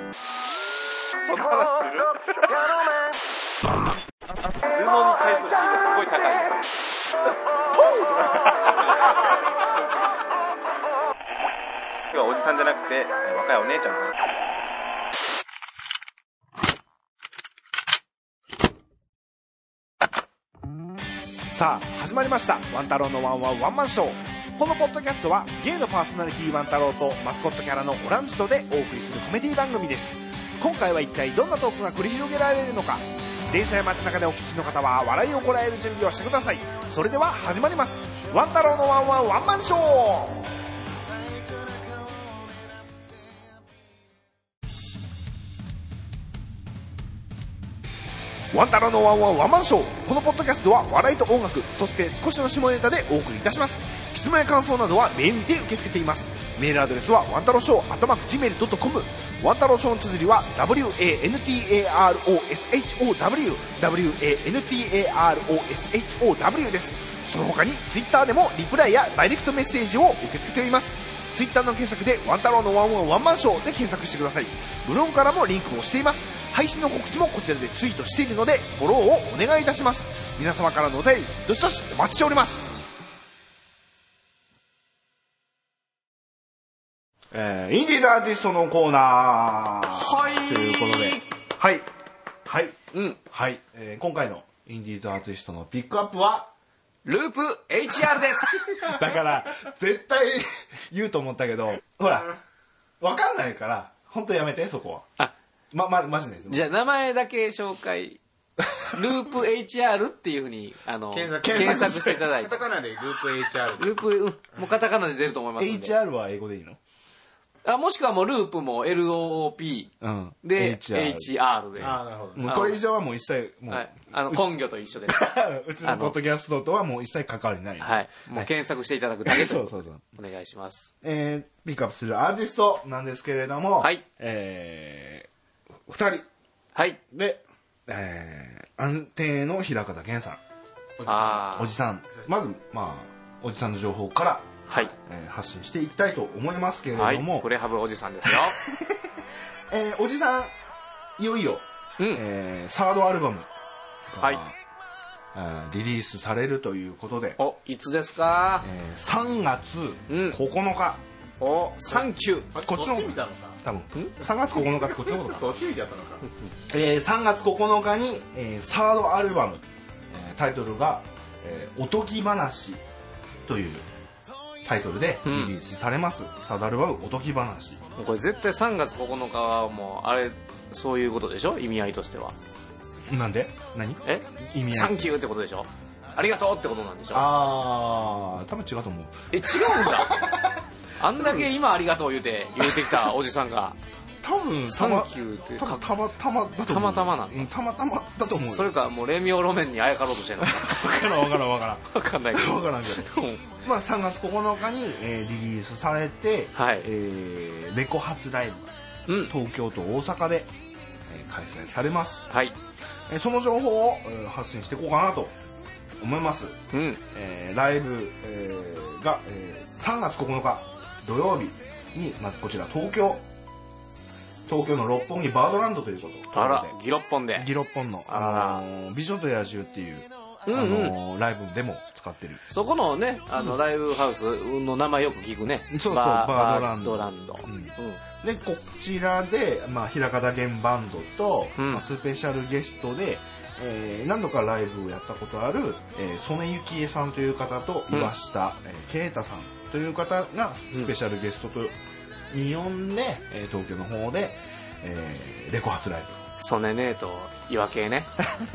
その話する？布に対する C がすごい高い。今日はおじさんじゃなくて若いお姉ちゃんです。 さあ始まりましたワン太郎のワンワンワンマンショー。このポッドキャストはゲイのパーソナリティワン太郎とマスコットキャラのオランジトでお送りするコメディ番組です。今回は一体どんなトークが繰り広げられるのか。電車や街中でお聞きの方は笑いをこらえる準備をしてください。それでは始まります、ワン太郎のワンワンワンマンショー。ワン太郎のワンワンワンマンショー。このポッドキャストは笑いと音楽、そして少しの下ネタでお送りいたします。質問や感想などはメールにて受け付けています。メールアドレスはワン太郎ショー@gmail.com。ワン太郎ショーの綴りは WANTAROSHOW です。その他にツイッターでもリプライやダイレクトメッセージを受け付けております。ツイッターの検索でワン太郎のワンワンワンマンショーで検索してください。ブログからもリンクをしています。配信の告知もこちらでツイートしているのでフォローをお願いいたします。皆様からのお便りどしどしお待ちしております。インディーズアーティストのコーナー、はい、ということではいはい、はい、今回のインディーズアーティストのピックアップはループ HR ですだから絶対言うと思ったけどほら分かんないから本当やめてそこは。マジです。 じゃあ名前だけ紹介。ループ HR っていうふうに検索していただいて。 カタカナでループ HR。 ループ、もうカタカナで出ると思いますんで。 HR は英語でいいの？ もしくはもうループも LOOP で HR で。 なるほど。 もうこれ以上はもう一切もう、 はい、根拠と一緒です。 うちのポッドキャストとはもう一切関わりない。 はい。もう検索していただくだけでそうお願いします。 ピックアップするアーティストなんですけれども、 はい。 2人。 はい。 で、安定の平方源さん。おじさん。まず、おじさんの情報から、 はい。 発信していきたいと思いますけれども、 はい、プレハブおじさんですよ。 おじさんいよいよ、サードアルバムが、リリースされるということで、 いつですか ？3月9日。 サンキュー。 こっちの見たのか多分3月9日ってこっちのことか。 そっち見ちゃったのか。 3月9日に、サードアルバム、タイトルが、おとぎ話というタイトルでリリースされます、サードアルバムおとぎ話。 これ絶対3月9日はもうあれそういうことでしょ、意味合いとしては。 なんで？何？ 意味合いサンキューってことでしょ、ありがとうってことなんでしょ。 多分違うと思う。 違うんだあんだけ今ありがとう言うてきたおじさんが多分サンキューってたまたまだと思う。 たまたまなの、 たまたまだと思う。 それかもうレミオロメンにあやかろうとしてるのか分からんけど3月9日に、リリースされて、レコ発ライブ、東京と大阪で、開催されます。はい。その情報を、発信していこうかなと思います。ライブ、が、3月9日土曜日にまずこちら東京の六本木バードランドということ。 ギロッポンで。 ギロッポンの美女と野獣っていうライブでも使ってる。 そこのねライブハウスの名前よく聞くね。 そうバードランド。でこちらで平方源バンドとスペシャルゲストで何度かライブをやったことある曽根幸恵さんという方と岩下啓太さんという方がスペシャルゲストとに呼んで東京の方でレコ発ライブ。 曽根ねと岩系ね。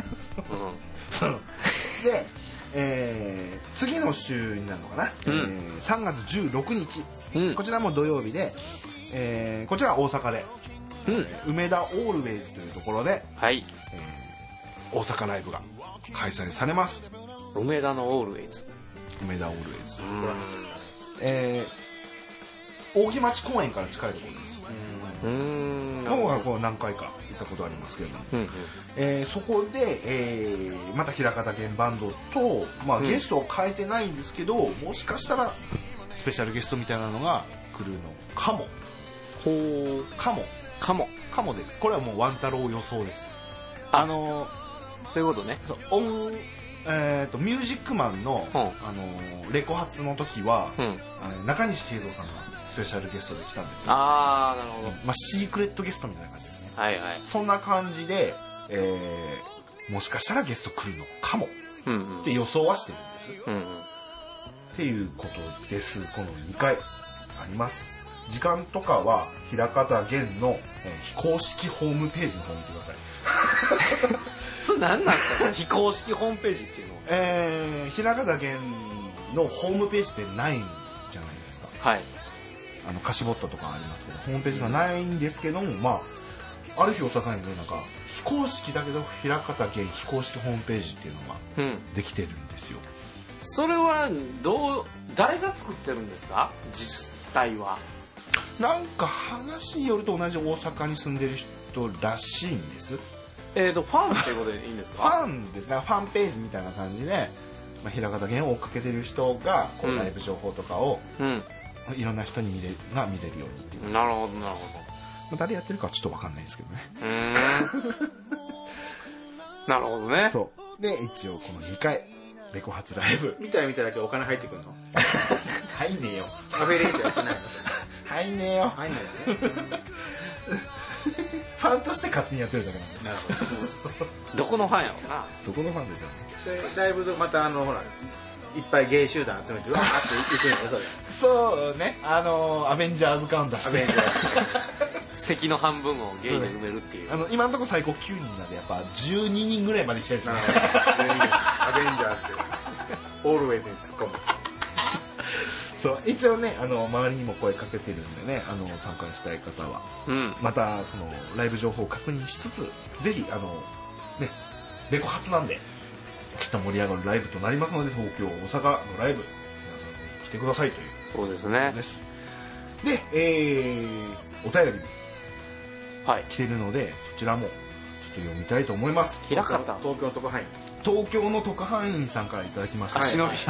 で、次の週になるのかな、3月16日、こちらも土曜日で、こちらは大阪で、梅田オールウェイズというところで、大阪ライブが開催されます。 梅田のオールウェイズ。 梅田オールウェイズ。大木町公園から近いところです。僕はこう何回か行ったことありますけれども、そこで、また平方源バンドと、ゲストを変えてないんですけど、もしかしたらスペシャルゲストみたいなのが来るのかも。かかもです。これはもうワン太郎予想です。 そういうことね。 ミュージックマンの、レコ発の時は、中西慶三さんがスペシャルゲストで来たんですよ。 なるほど。 シークレットゲストみたいな感じですね。 はいはい。 そんな感じで、もしかしたらゲスト来るのかも、って予想はしてるんです。っていうことです。この2回あります。時間とかは平方源の、非公式ホームページの方を見てください。 それ何なんですか非公式ホームページっていうのは。平方源のホームページってないんじゃないですか。はい。貸しボットとかありますけどホームページがないんですけども、ある日を境にね、なんか非公式だけど平方源非公式ホームページっていうのができてるんですよ。 それは誰が作ってるんですか実態は。 なんか話によると同じ大阪に住んでる人らしいんです。 ファンっていうことでいいんですか。 ファンですね。ファンページみたいな感じで、平方源を追っかけてる人がこうライブ情報とかを、いろんな人に見れるようにっていう。 なるほどなるほど。 誰やってるかはちょっと分かんないですけどね。 なるほどね。 そうで一応この2回レコ発ライブ見ただけお金入ってくるの。 入んねえよ。 食べれるとやってないの。 入んねえよ。 入んないね。 ファンとして勝手にやってるだけなんで。 なるほど。どこのファンやろうな。 どこのファンでしょうね。でライブまたほらいっぱいゲイ集団集めてわーって行くんやろそれ。 そうね。アベンジャーズ感出して。 席の半分をゲイで埋めるっていう。 今のところ最高9人なんでやっぱ12人ぐらいまで来たいですね。 アベンジャーズってオールウェイズに突っ込む。 そう一応ね周りにも声かけてるんでね参加したい方は、またそのライブ情報を確認しつつぜひねレコ発なんできっと盛り上がるライブとなりますので東京大阪のライブ皆さんぜひ来てくださいというそうですね。 で、お便り来てるのでそちらもちょっと読みたいと思います。 東京の特派員さんからいただきました。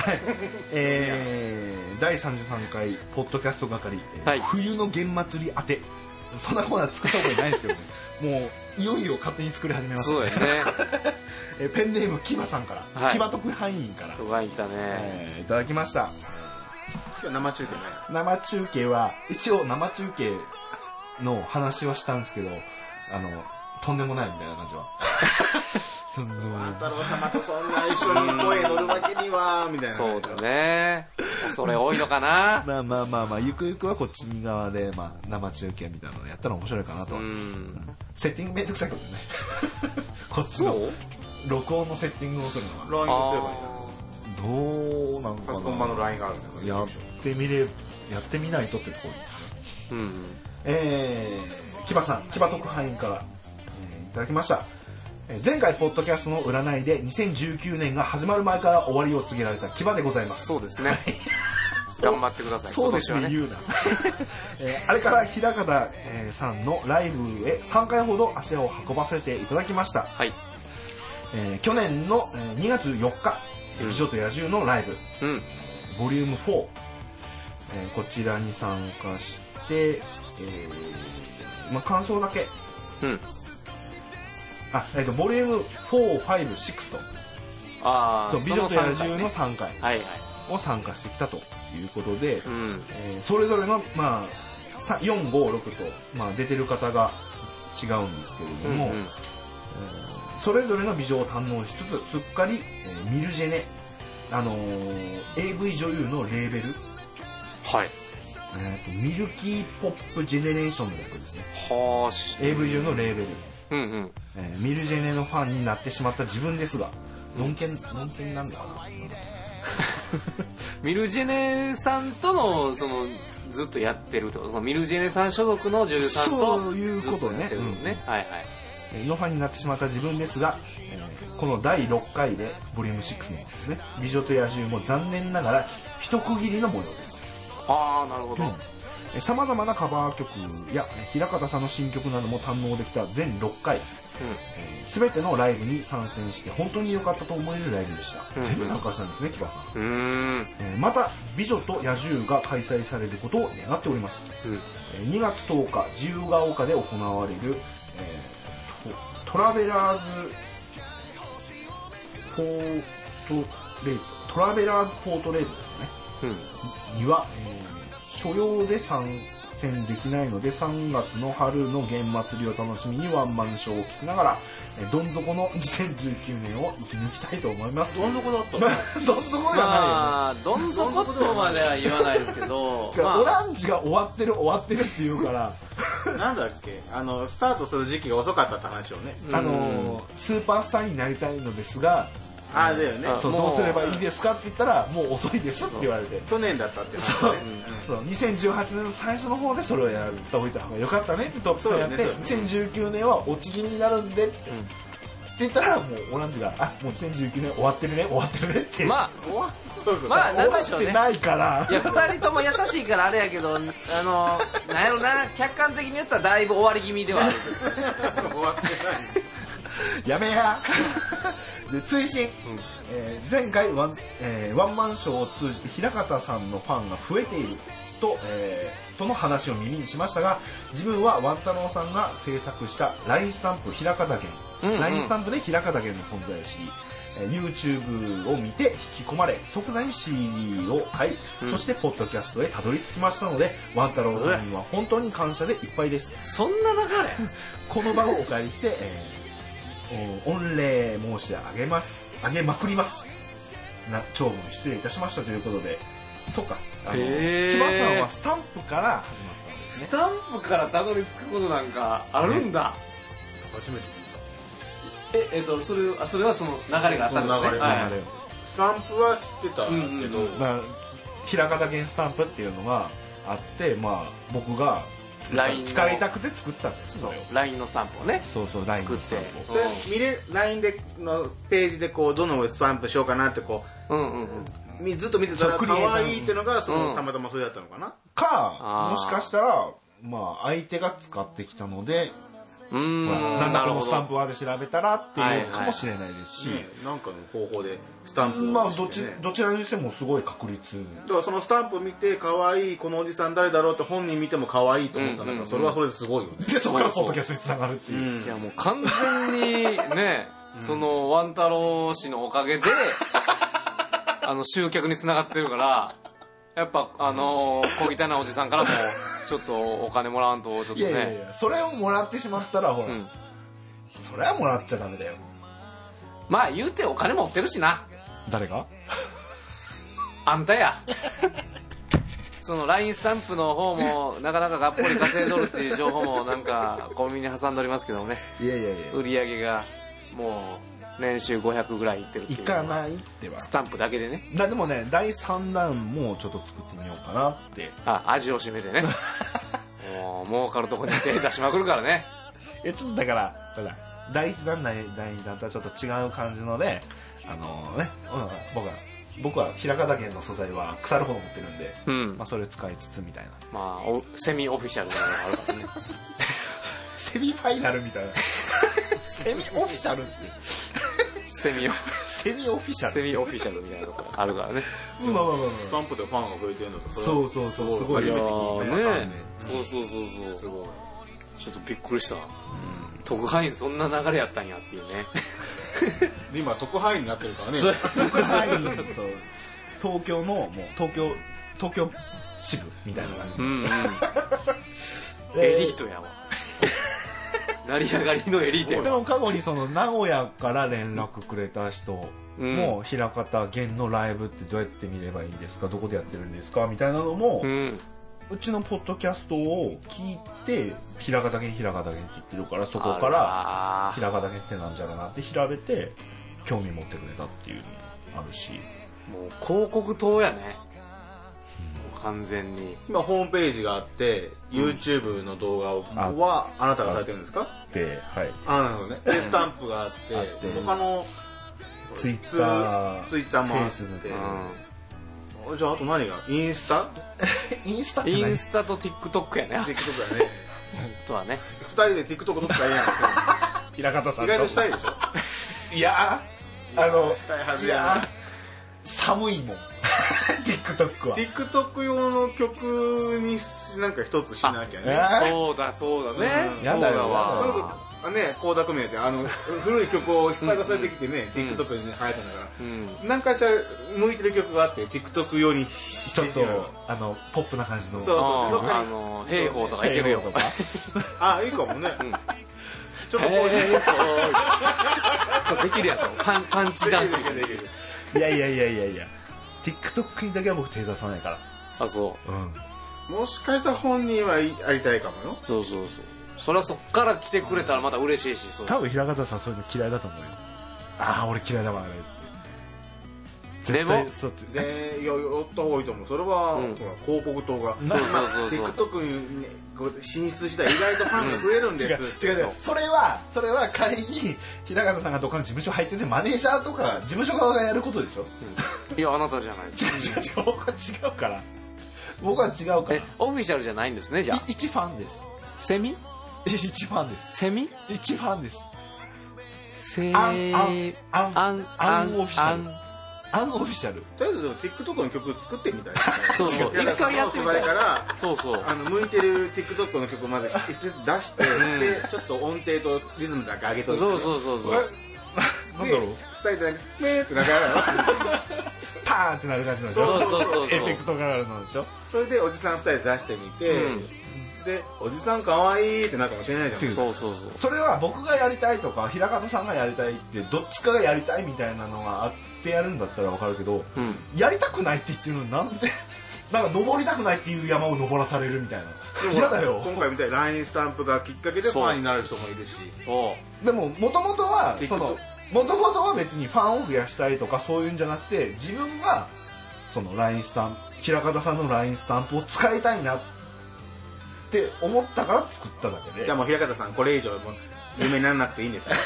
第33回ポッドキャスト係、冬の玄祭り当て。そんなコーナー作ったことないですけどね。もういよいよ勝手に作り始めました。 そうですね。 ペンネームキバさんから、キバ特派員からいたね、 いただきました。 今日生中継ない。 生中継は一応生中継の話はしたんですけどとんでもないみたいな感じは。 万太郎様とそんな一緒に声乗るわけにはみたいな。 そうだね。それ多いのかな。 まあゆくゆくはこっち側で、生中継みたいなのやったら面白いかなと。セッティングめんどくさいけどね。こっちの録音のセッティングをするのは LINE すればいいな。 どうなんかな。 パソコン版の LINE があるんだからやってみないとってところですね。キバさん、キバ特派員から、いただきました。前回ポッドキャストの占いで2019年が始まる前から終わりを告げられたキバでございます。 そうですね。頑張ってください。 そうですね、言うな。あれから平方さんのライブへ3回ほど足を運ばせていただきました。はい。去年の2月4日、美女と野獣のライブ、ボリューム4、こちらに参加して、感想だけ。ボリューム4、5、6と。そう、美女と野獣の3回を参加してきたということで、それぞれの、4、5、6と、出てる方が違うんですけれども、それぞれの美女を堪能しつつ、すっかり、ミルジェネ、AV 女優のレーベル、ミルキーポップジェネレーションの略ですね。AV 女優のレーベル。ミルジェネのファンになってしまった自分ですが、ノンケンなんだ。 ミルジェネさんとのずっとやってるってこと、ミルジェネさん所属の女優さんとそういうことね。のファンになってしまった自分ですが、この第6回でボリューム6のですね、美女と野獣も残念ながら一区切りの模様です。 ああ、なるほど。 さまざまなカバー曲や平方さんの新曲なども堪能できた全6回、全てのライブに参戦して本当に良かったと思えるライブでした。全部参加したんですね、キバさん。また美女と野獣が開催されることを願っております。2月10日自由が丘で行われるトラベラーズポートレートトラベラーズポートレートですよね、には、所用で参戦できないので3月の春の弦祭りを楽しみにワンマンショーを聴きながらどん底の2019年を生き抜きたいと思います。 どん底だったのどん底じゃないよ、 まあどん底とまでは言わないですけど違う、オランジが終わってるって言うからなんだっけスタートする時期が遅かったって話をね、 スーパースターになりたいのですがだよね、 そうどうすればいいですかって言ったらもう遅いですって言われて、 去年だったってそう、2018年の最初の方でそれをやっておいた方がよかったねってトップさんやって、2019年は落ち気味になるんでって言ったらもうオランジがもう2019年終わってるねってまあなんでしょうね、 ないからいや2人とも優しいからあれやけどなんやろな、客観的に言ったらだいぶ終わり気味ではある終わってないやめやで追伸、前回ワンマンショーを通じて平方さんのファンが増えているとの話を耳にしましたが、自分はワン太郎さんが制作した LINE スタンプ平方弦、LINE スタンプで平方弦の存在を知り、YouTube を見て引き込まれ即座に CD を買い、そしてポッドキャストへたどり着きましたので、ワン太郎さんには本当に感謝でいっぱいです。 そんな流れこの場をお借りして、御礼申し上げまくります長文失礼いたしましたということで、そうか、木場さんはスタンプから始まったんですね。 スタンプからたどり着くことなんかあるんだ、 初めて聞いた。それはその流れがあったんですね。 スタンプは知ってたけど、 平方弦スタンプっていうのがあって、僕が使いたくて作ったんです。 LINE のスタンプをね、 そう作って、 LINE でのページでこうどのスタンプしようかなってこう、ずっと見てたら可愛いってのがたまたまそれだったのかな、 もしかしたら相手が使ってきたので、なんだこのスタンプはで調べたらっていうかもしれないですし、 なんかの方法でスタンプをどちらにしてもすごい確率だから、そのスタンプを見て可愛いこのおじさん誰だろうって本人見ても可愛いと思ったんだから、それはそれですごいよね。 でそこからポッドキャストにつながるっていう、 いやもう完全にねそのワン太郎氏のおかげで集客につながってるから、やっぱ小汚なおじさんからもちょっとお金もらわんとちょっとね、 いやそれをもらってしまったらほら、それはもらっちゃダメだよ。 まあ言うてお金持ってるしな。 誰が？ あんたやその LINE スタンプの方もなかなかがっぽり稼いどるっていう情報もなんか小耳に挟んでおりますけどもね、 いや売り上げがもう年収500ぐらいいってるっていう、 いかないってはスタンプだけでね。 でもね、第3弾もちょっと作ってみようかなって。 味を占めてねもう儲かるとこに手出しまくるからねちょっとだから第1弾第2弾とはちょっと違う感じので、僕は平方弦の素材は腐るほど持ってるんで、それ使いつつみたいな、 セミオフィシャルみたいなのがあるからねセミファイナルみたいなセミオフィシャルってセミオフィシャルみたいなとこあるからね。 スタンプでファンが増えてるのと、 そうすごい初めて聞いたね。そうすごいちょっとびっくりした。特派員そんな流れやったんやっていうねで今特派員になってるからね。 特派員東京のもう東京支部みたいな感じ、エリートやわ成り上がりのエリートやわ。 でも過去にその名古屋から連絡くれた人も、平方弦のライブってどうやって見ればいいんですか、どこでやってるんですかみたいなのも、うちのポッドキャストを聞いて平方弦って言ってるから、そこから平方弦ってなんじゃろうなって調べて興味持ってくれたっていうのもあるし、 もう広告塔やね、完全に。 今ホームページがあって YouTube の動画はあなたがされてるんですか？ で、はい。 なるほどね。でスタンプがあって他のツイッターもあって、じゃああと何がインスタインスタと TikTok やね。 TikTok やねとはね、 2人で TikTok 撮ったらいいやん平方さんと意外としたいでしょ。 いやしたいはずやな。 寒いもんTikTok は TikTok 用の曲になんか一つしなきゃね。 そうだね。 やだよ。 ね、倖田來未で古い曲を引っ張り出されてきてね、TikTok に流行ったんだから、何かしら向いてる曲があって TikTok 用にちょっとポップな感じの、 そうそう、 兵法とかいけるよとかあ、いいかもね、 ちょっとこういうできるやとパンチダンスできる。 いや TikTok にだけは僕手出さないから。 あ、そう、 もしかしたら本人はやりたいかもよ。 そうそれはそっから来てくれたらまた嬉しいし、 多分平方さんそういうの嫌いだと思うよ。ああ、俺嫌いだわあれって。 でもそっちでやった方がいいと思う。それは広告塔が TikTok に進出したら意外とファンが増えるんです。 違う、それは仮に平方さんがどっかの事務所入っててマネージャーとか事務所側がやることでしょ。 いや、あなたじゃないです。 違う、僕は違うから。 オフィシャルじゃないんですね。じゃあ一ファンです。 セミ？ 一ファンです。 セミ？ 一ファンです。 アンオフィシャル。アンオフィシャル。 とりあえずでも TikTok の曲作ってみたいな。 そう一回やってみたいから、 そう向いてる TikTok の曲をまず一つ出して、でちょっと音程とリズムだけ上げといて。 そう。 なんだろう。 伝えてなんかメーってながパーンってなる感じなんでしょ。そう。エフェクトがあるのでしょ。 それでおじさん2人で出してみて、でおじさん可愛いってなるかもしれないじゃん。 そう。それは僕がやりたいとか平方さんがやりたいってどっちかがやりたいみたいなのがあってやるんだったら分かるけど、やりたくないって言ってるのになんでなんか登りたくないっていう山を登らされるみたいな。嫌だよ。 今回みたいに LINE スタンプがきっかけでファンになる人もいるし。 でももともとは別にファンを増やしたいとかそういうんじゃなくて、自分がその LINE スタンプ、平方さんの LINE スタンプを使いたいなって思ったから作っただけで。 じゃあもう平方さんこれ以上も夢にならなくていいんですよ。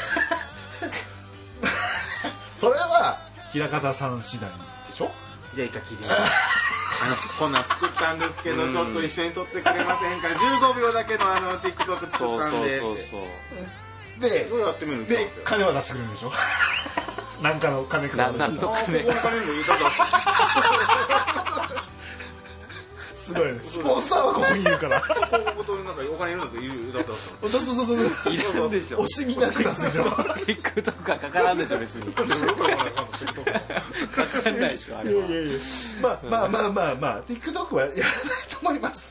それは平方さん次第でしょ。 じゃあ一回聞いてみます。こんなん作ったんですけど、ちょっと一緒に撮ってくれませんか。15秒だけのTikTok 作ったんで。で、どうやってみるんですか。 で、金は出してくれるんでしょ。なんかの金くれる。 なんとかね。 すごいね。スポンサーはここにいるから。 広告となんかお金いるのでいるだった。 そう。 いるんでしょ。 惜しみなく出すでしょ。 TikTok はかからんでしょ別に。かかんないでしょあれは。 まあ TikTok はやらないと思います。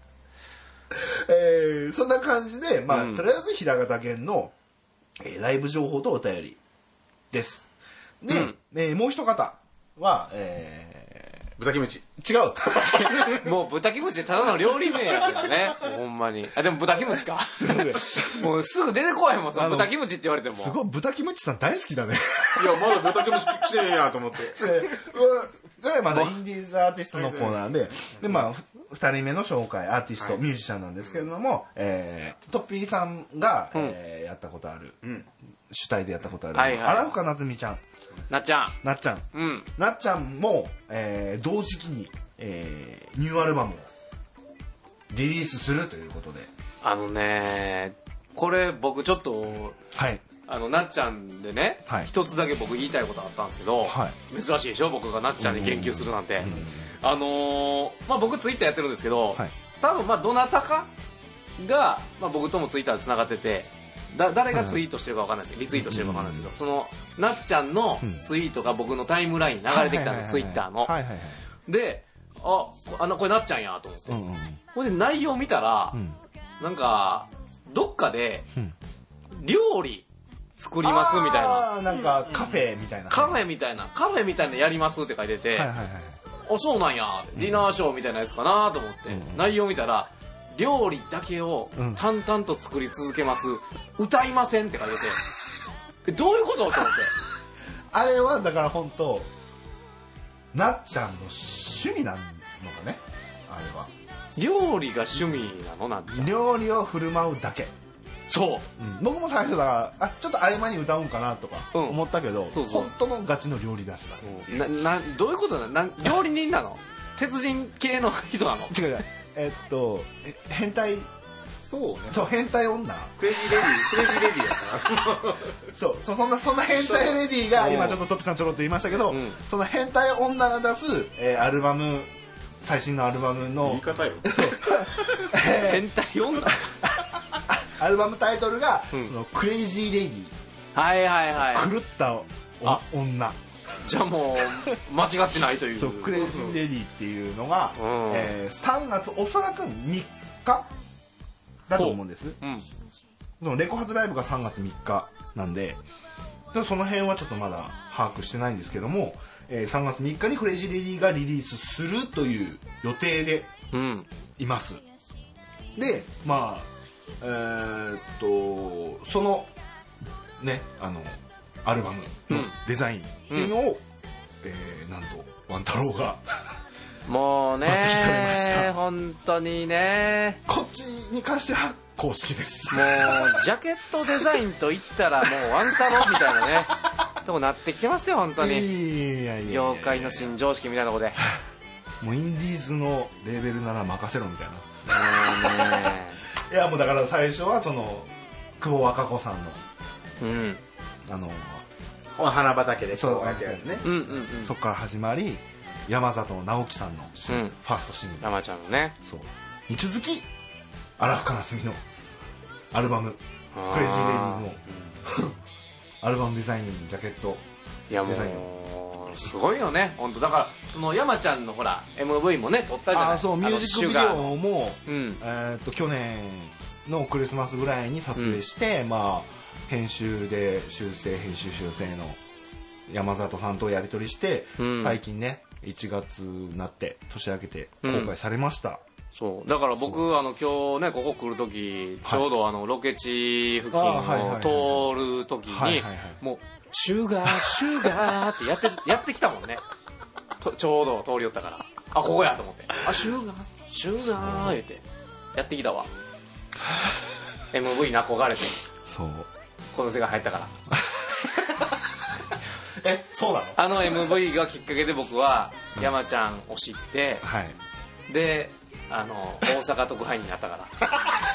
そんな感じで、とりあえず平方源のライブ情報とお便りです。で、もう一方は豚キムチ。 違う。 もう豚キムチってただの料理名やからね。ほんまに。あ、でも豚キムチか。もうすぐ出てこいもん、その豚キムチって言われても。 すごい、豚キムチさん大好きだね。 いや、まだ豚キムチ来てねえやと思って。 これまだインディーズアーティストのコーナーで、2人目の紹介、アーティスト、ミュージシャンなんですけれども、トッピーさんがやったことある、主体でやったことある、荒深夏美ちゃん。 なっちゃんも、同時期に、ニューアルバムをリリースするということで。 これ僕ちょっと、なっちゃんでね、一つだけ僕言いたいことあったんですけど、珍しいでしょ僕がなっちゃんに言及するなんて。僕ツイッターやってるんですけど、多分どなたかが、僕ともツイッターでつながってて、誰がツイートしてるか分かんないですけど、リツイートしてるか分かんないですけど、そのなっちゃんのツイートが僕のタイムラインに流れてきたんです、ツイッターの。で、これなっちゃんやと思って、ほんで内容見たら、なんかどっかで料理作りますみたいな、 なんかカフェみたいなやりますって書いてて、そうなんや、ディナーショーみたいなやつかなと思って、内容見たら料理だけを淡々と作り続けます、歌いませんって書いてて、どういうことと思って。 あれはだから本当なっちゃんの趣味なのかね、あれは。 料理が趣味なの、なっちゃん。 料理を振る舞うだけ。 そう、 僕も最初だからちょっと合間に歌うんかなとか思ったけど、本当のガチの料理出すだ。 どういうことなの、料理人なの、鉄人系の人なの。 違う、変態、そう変態女、 クレイジーレディやからそんな変態レディが今ちょっとトッピさんちょろっと言いましたけど、その変態女が出すアルバム、最新のアルバムの言い方よ。 変態女アルバムタイトルがそのクレイジーレディ、 はいはいはい、 狂った女。 じゃあもう間違ってないという。 そう、クレイジーレディっていうのが、3月おそらく3日だと思うんです。そのレコ発ライブが3月3日なんで、その辺はちょっとまだ把握してないんですけども、3月3日にクレイジーレディがリリースするという予定でいます。で、まあそのね、アルバムのデザインっていうのを、なんとワン太郎がもうね抜擢されました。 本当にね、 こっちに関しては公式です。 もうジャケットデザインといったらもうワン太郎みたいなねとこなってきてますよ本当に。業界の新常識みたいなとこでもうインディーズのレーベルなら任せろみたいな。もうねいやもうだから最初はその久保若子さんの、 花畑でこうやってやつね。 そこから始まり、山里直樹さんのファーストシングル、 山ちゃんのね、 そうに続き荒深夏美のアルバムクレイジーレディのアルバムデザイン、ジャケットデザイン、いやもうすごいよね本当。だからその山ちゃんのほら MV もね撮ったじゃない。 そう、ミュージックビデオも、去年のクリスマスぐらいに撮影して、まあ編集修正の山里さんとやり取りして、最近ね1月になって年明けて公開されました。 そうだから僕今日ねここ来る時、ちょうどロケ地付近を通る時にもうシュガーシュガーってやってきたもんね。ちょうど通り寄ったから、あここやと思って、あシュガーシュガー言ってやってきたわ。MV に憧れて、 そうこの世界入ったからそうなの。 MV がきっかけで僕は山ちゃんを知って、で大阪特派員になったから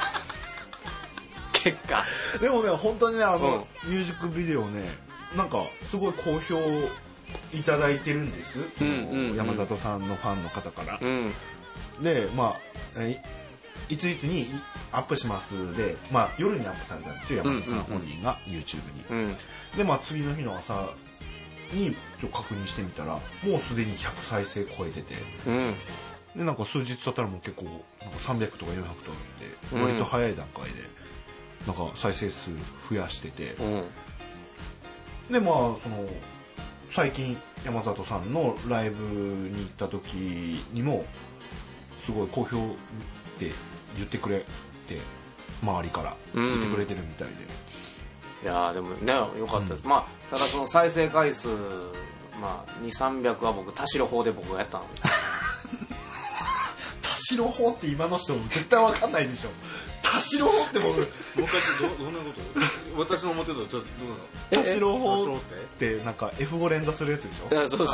結果でもね本当にねミュージックビデオねなんかすごい好評いただいてるんです、山里さんのファンの方から、でまあいついつにアップしますで、まあ、夜にアップされたんですよ山里さん本人が YouTube に、でまあ次の日の朝に確認してみたらもうすでに100再生超えてて、でなんか数日経ったらもう結構なんか300とか400とかって割と早い段階でなんか再生数増やしてて、でまあその最近山里さんのライブに行った時にもすごい好評って言ってくれて、周りから言ってくれてるみたいで、 いやでもね良かったです。まあただその再生回数まあ200-300は僕田代法で僕がやったんです田代法って今の人絶対分かんないでしょ。田代法って僕昔どんなこと私の思ってたとちょっとどうなの。 田代法ってなんか F5 連打するやつでしょ。 そう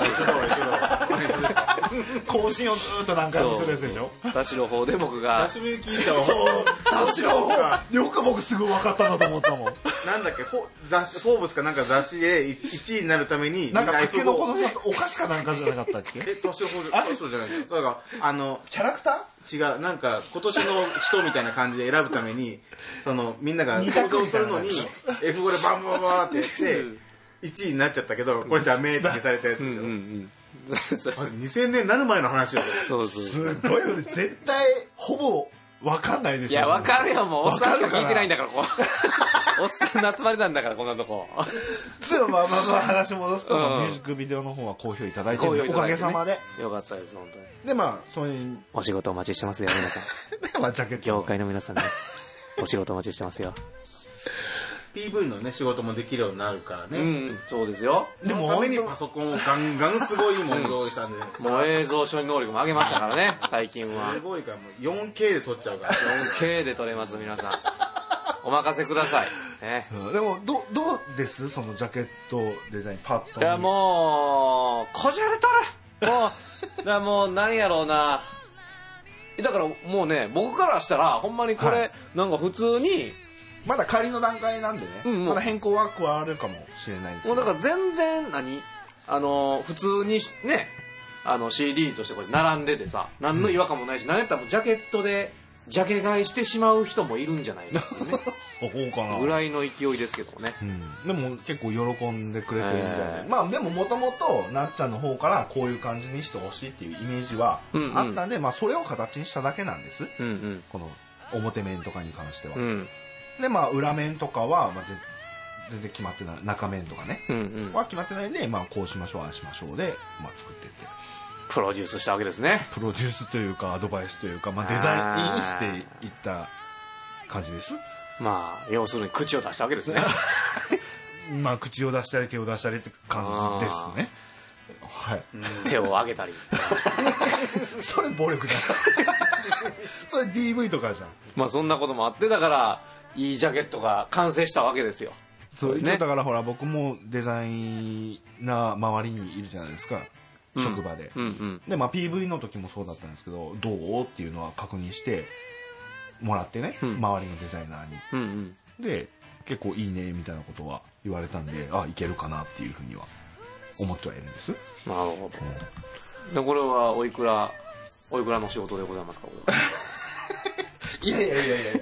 更新をずっと何回もするやつでしょ。 田代法で僕が久しぶりに聞いたわ。 そう田代法よく僕すぐ分かったなと思ったもん。 なんだっけ雑誌フォーブスかなんか雑誌で1位になるためになんかタケノコのお菓子かなんかじゃなかったっけ。 田代法じゃないの。だからキャラクター違う、なんか今年の人みたいな感じで選ぶためにそのみんなが登場するのに F5 でバンバンバンってやって1位になっちゃったけどこれダメって消されたやつでしょ。2000年になる前の話だよ。 そうすごいよね。絶対ほぼ分かんないでしょ。 いや分かるよ、もうおっさんしか聞いてないんだからこうおっさんの集まりなんだからこんなとこ。 でもまあ話戻すと、ミュージックビデオの方は好評いただいてるおかげさまでよかったです本当に。 でまあそういうお仕事お待ちしてますよ皆さん。 でまあジャケット業界の皆さんねお仕事お待ちしてますよ。 PV のね仕事もできるようになるからね。 そうですよ。 でもそのためにパソコンをガンガンすごいものを用意したんで、 もう映像処理能力も上げましたからね最近は。 すごいからもう 4K で撮っちゃうから。 4K で撮れます皆さん。お任せください。 でもどうですそのジャケットデザインパッと。 いやもうこじゃれとる。もうだからもうなんやろうな。だからもうね僕からしたらほんまにこれ、なんか普通に。 まだ仮の段階なんでね、まだ変更は加わるかもしれないですけど、 もうだから全然普通にねCD としてこれ並んでてさ何の違和感もないし、なんやったらもうジャケットでジャケ買いしてしまう人もいるんじゃないかってねそうかなぐらいの勢いですけどね、 でも結構喜んでくれてるみたいで、まあでももともとなっちゃんの方からこういう感じにしてほしいっていうイメージはあったんで、まあそれを形にしただけなんです、この表面とかに関しては、でまあ裏面とかは、まあ、全然決まってない、中面とかね、は決まってないんで、まあこうしましょうああしましょうで、まあ、作っていってプロデュースしたわけですね。 プロデュースというかアドバイスというか、まあ、デザインしていった感じです。 まあ要するに口を出したわけですねまあ口を出したり手を出したりって感じですね。はい、 手を上げたりそれ暴力じゃんそれ DV とかじゃん。 まあそんなこともあって、だからいいジャケットが完成したわけですよ。 そう一応だからほら僕もデザイナー周りにいるじゃないですか、職場で、でまあ PV の時もそうだったんですけど、どうっていうのは確認してもらってね、周りのデザイナーに、で結構いいねみたいなことは言われたんで、あいけるかなっていうふうには思ってはいるんです。 なるほど、でこれはおいくらの仕事でございますかこれいや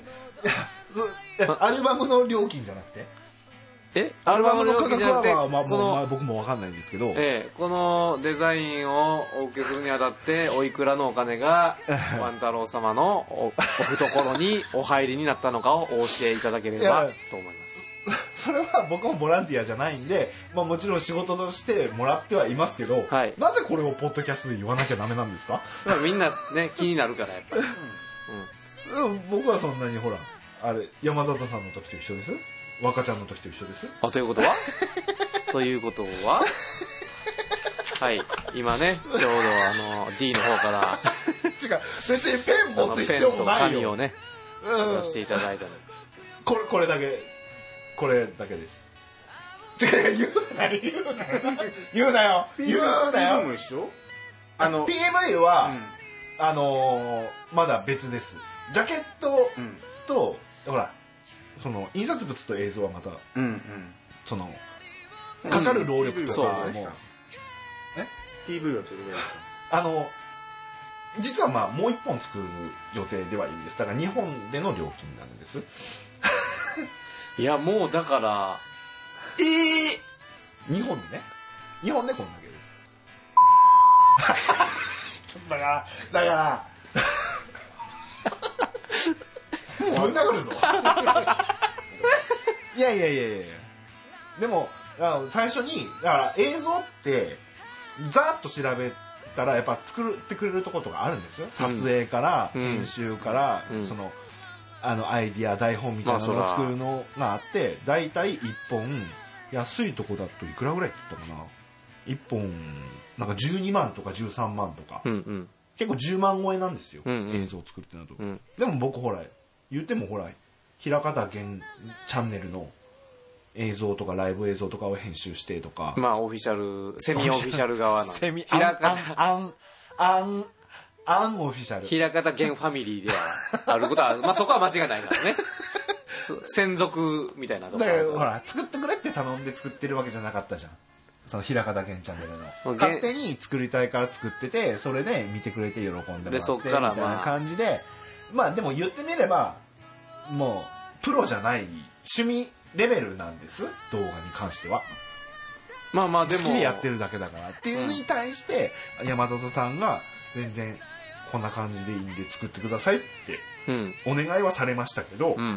アルバムの料金じゃなくて、アルバムの価格はまあ僕も分かんないんですけど、 このデザインをお受けするにあたっておいくらのお金がワン太郎様のお懐にお入りになったのかをお教えいただければと思います。 それは僕もボランティアじゃないんで、まあ、もちろん仕事としてもらってはいますけど、なぜこれをポッドキャストで言わなきゃダメなんですかみんなね気になるからやっぱり、 僕はそんなにほらあれ山里さんの時と一緒です。若ちゃんの時と一緒です。 ということはということははい今ねちょうどD の方から違う別にペン持つ必要もないよ。 ペンと紙をね出していただいたのこれだけです。違う言うなよ PV も一緒 PV は、まだ別です。ジャケットと、ほらその印刷物と映像はまた、そのかかる労力とかも、 PV はどれぐらいですか？ 実はまあもう一本作る予定ではいるんです。だから日本での料金なんです。 いやもうだから日本でこんだけです。ちょっとだからぶん殴るぞいやでも最初にだから映像ってざーっと調べたらやっぱ作ってくれるところとかあるんですよ。撮影から編集から、そのアイディア台本みたいなのを作るのがあって、だいたい1本安いとこだといくらぐらいって言ったかな、1本なんか12万とか13万とか、結構10万超えなんですよ、映像を作るってなると、でも僕ほら言ってもほら平方源チャンネルの映像とかライブ映像とかを編集してとか、 まあオフィシャルセミオフィシャル側のセミ平方アンオフィシャル平方源ファミリーではあることはまあそこは間違いないからね専属みたいなところだからほら作ってくれって頼んで作ってるわけじゃなかったじゃん。その平方源チャンネルの勝手に作りたいから作ってて、それで見てくれて喜んでもらってでそっからみたいな感じで、まあでも言ってみればもうプロじゃない趣味レベルなんです、動画に関しては。 まあまあでも好きでやってるだけだからっていうのに対して、山里さんが全然こんな感じでいいんで作ってくださいってお願いはされましたけど、その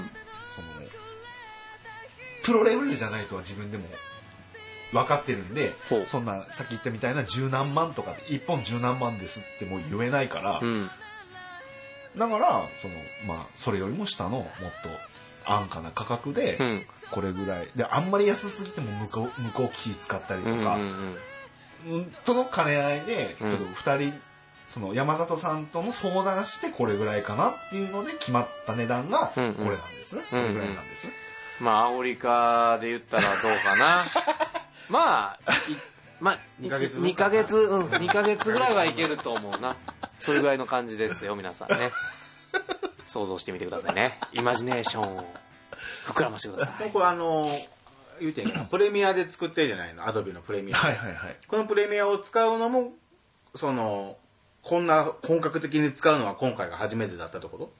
プロレベルじゃないとは自分でも分かってるんで、そんなさっき言ったみたいな十何万とか1本十何万ですってもう言えないから、だからまあそれよりも下のもっと安価な価格でこれぐらいで、あんまり安すぎても向こう気使ったりとか、との兼ね合いで2人その山里さんとも相談してこれぐらいかなっていうので決まった値段がこれなんです、これぐらいなんです。 まあアオリカで言ったらどうかなまあ2ヶ月ぐらいはいけると思うな。それぐらいの感じですよ皆さんね。想像してみてくださいね。イマジネーションを膨らましてください。 これ言うてんかな、プレミアで作ってるじゃないの、アドビのプレミア。このプレミアを使うのもこんな本格的に使うのは今回が初めてだったところ？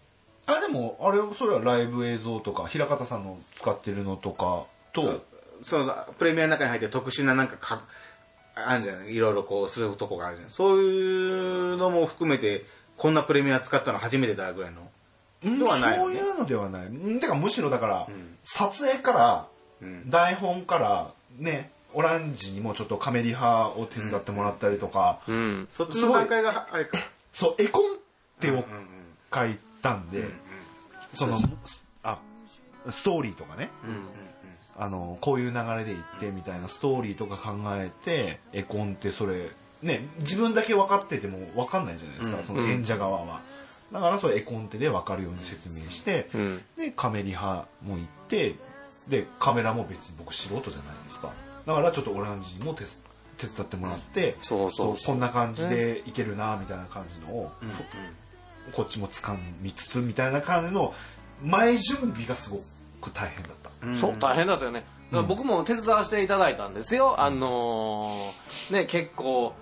でもあれそれはライブ映像とか平方さんの使ってるのとかとそうプレミアの中に入って特殊ななんかあるじゃない、いろいろこうするとこがあるじゃない、そういうのも含めてこんなプレミア使ったの初めてだぐらいのではない、ね、そういうのではない。てかむしろだから、撮影から、台本からね、オランジにもちょっとカメリハを手伝ってもらったりとか、 そっちの段階があれか、 そう絵コンテを書いたんで、そのストーリーとかね、こういう流れでいってみたいなストーリーとか考えて、絵コンテそれね、自分だけ分かってても分かんないじゃないですか、その演者側は。だからそれ絵コンテで分かるように説明して、でカメリハも行って、でカメラも別に僕素人じゃないですか。だからちょっとオランジにも手伝ってもらって、こんな感じでいけるなみたいな感じのを、こっちも掴みつつみたいな感じの前準備がすごく大変だった。 そう大変だったよね。僕も手伝わせていただいたんですよ。ね、結構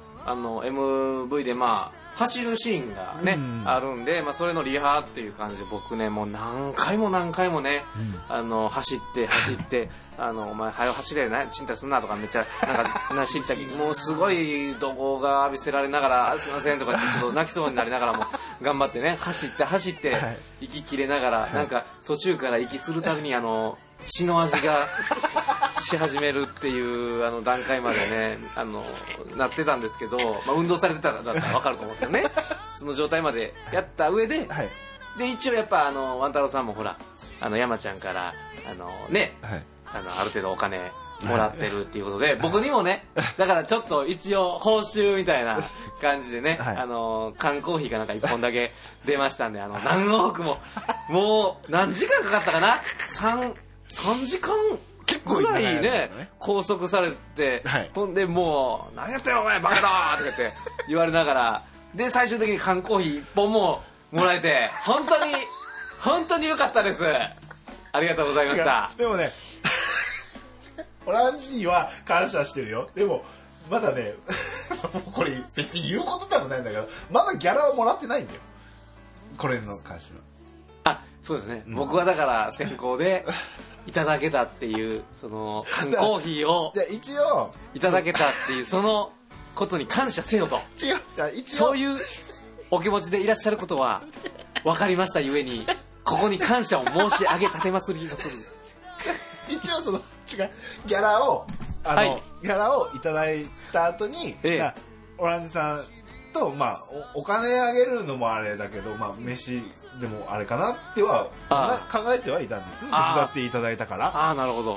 MV で走るシーンがね、あるんで、それのリハっていう感じで僕ねもう何回もね、走ってお前早走れなちんたすんなとかめっちゃ走ったり、もうすごい怒号が浴びせられながらすいませんとかちょっと泣きそうになりながらも頑張ってね走って息切れながら、なんか途中から息するたびに血の味がし始めるっていう段階までねなってたんですけど、運動されてたらだったら分かると思うんですよね。その状態までやった上で、で一応やっぱワンタロウさんもほら山ちゃんからね、ある程度お金もらってるっていうことで、僕にもねだからちょっと一応報酬みたいな感じでね、缶コーヒーかなんか1本だけ出ましたんで、何往復ももう何時間かかったかな、3時間ぐらいね拘束されて、ほんでもう何やってんのお前バカだとかって言われながら、で最終的に缶コーヒー1本ももらえて本当に良かったです。ありがとうございました。 でもねオランジは感謝してるよ。でもまだねこれ別に言うことでもないんだけど、まだギャラはもらってないんだよ、これの関しては。 そうですね、僕はだから先行でいただけたっていうその缶コーヒーを一応いただけたっていうそのことに感謝せよと、そういうお気持ちでいらっしゃることは分かりましたゆえに、ここに感謝を申し上げ立てまする一応そのギャラをギャラをいただいた後に、オランジさんとお金あげるのもあれだけど、飯でもあれかなっては考えてはいたんです。手伝っていただいたから。 なるほど。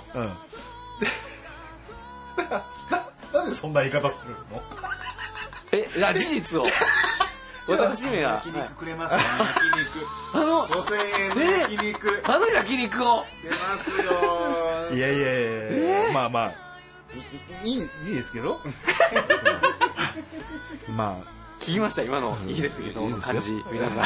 なんでそんな言い方するの？事実を。私めは焼肉くれますよ、焼肉5000円で焼肉、 焼肉を出ますよ。 いやいいですけど聞きました今のいいですけど感じ皆さん。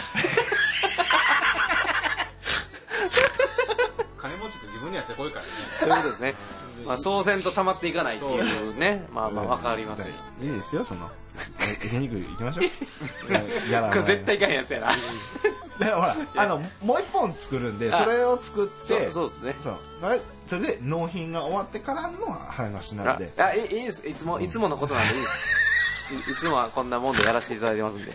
金持ちって自分にはせこいからね。 そういうことですね。そうせんと溜まっていかないっていうね、分かりますよ。 いいですよ、その焼肉行きましょう。 これ絶対いかへんやつやな。 でほらもう一本作るんで、それを作って、 そうですね。 それで納品が終わってからの話なんで。 いいです。いつものことなんでいいです。いつもはこんなもんでやらせていただいてますんで。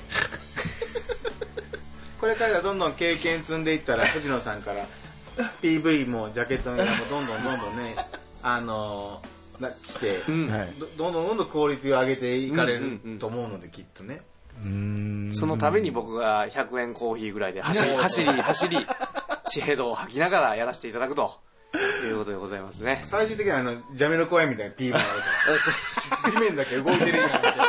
これからどんどん経験積んでいったら藤野さんから PV もジャケットにもどんどんね来て、どんどんクオリティを上げていかれると思うので、きっとね。 その度に僕が100円コーヒーぐらいで走り血ヘドを吐きながらやらせていただくということでございますね。 最終的にはジャミロ公園みたいな PV があるから地面だけ動いてるやんみたいな。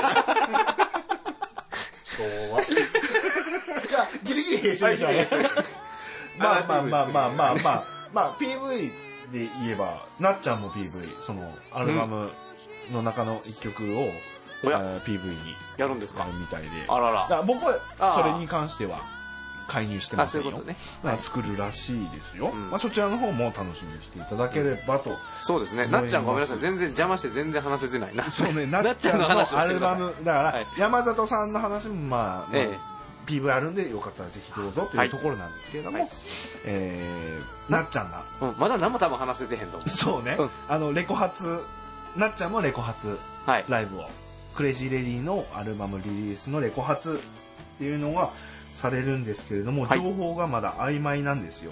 昭和ギリギリ平成でしょ。PV で言えばなっちゃんも PV そのアルバムの中の一曲を PV にやるんですかみたいで、 あらら、 だから僕はそれに関しては介入してませんよ。 そういうことね。 作るらしいですよ。そちらの方も楽しみにしていただければと。 そうですね。なっちゃんごめんなさい、全然邪魔して全然話せてないな。 そうね、なっちゃんのアルバムだから山里さんの話も PV あるんでよかったらぜひどうぞというところなんですけれども、なっちゃんが、 まだ何も多分話せてへんと思う。 そうね、レコ発、なっちゃんもレコ発ライブを、クレイジーレディのアルバムリリースのレコ発っていうのがされるんですけれども、情報がまだ曖昧なんですよ。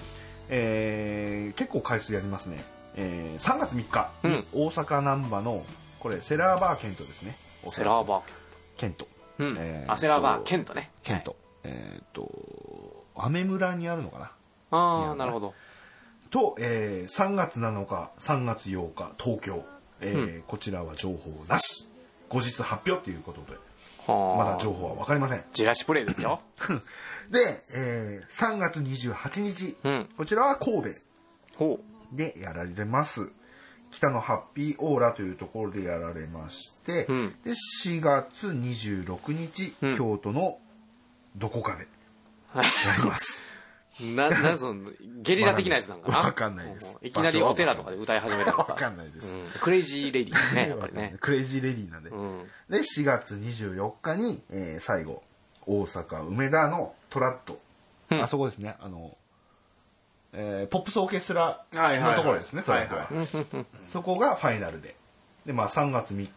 結構回数やりますね。3月3日に大阪難波のこれセラーバーケントですね。 セラーバーケント。 セラーバーケントね。 ケント。アメ村にあるのかな。 ああ、なるほど。 と、3月7日、3月8日、東京。こちらは情報なし。後日発表ということで、まだ情報は分かりません。 ジラシプレイですよ。 で、3月28日、こちらは神戸でやられます。北のハッピーオーラというところでやられまして、で4月26日、京都のどこかでやります。 なんそのゲリラ的なやつなんかな。 分かんないです。 いきなりお寺とかで歌い始めたとか。 分かんないです。 クレイジーレディーですね、やっぱりね。 クレイジーレディーなんで。で4月24日に最後大阪梅田のトラット、あそこですね、ポップスオーケストラのところですね、トラットは。そこがファイナルで、で3月3日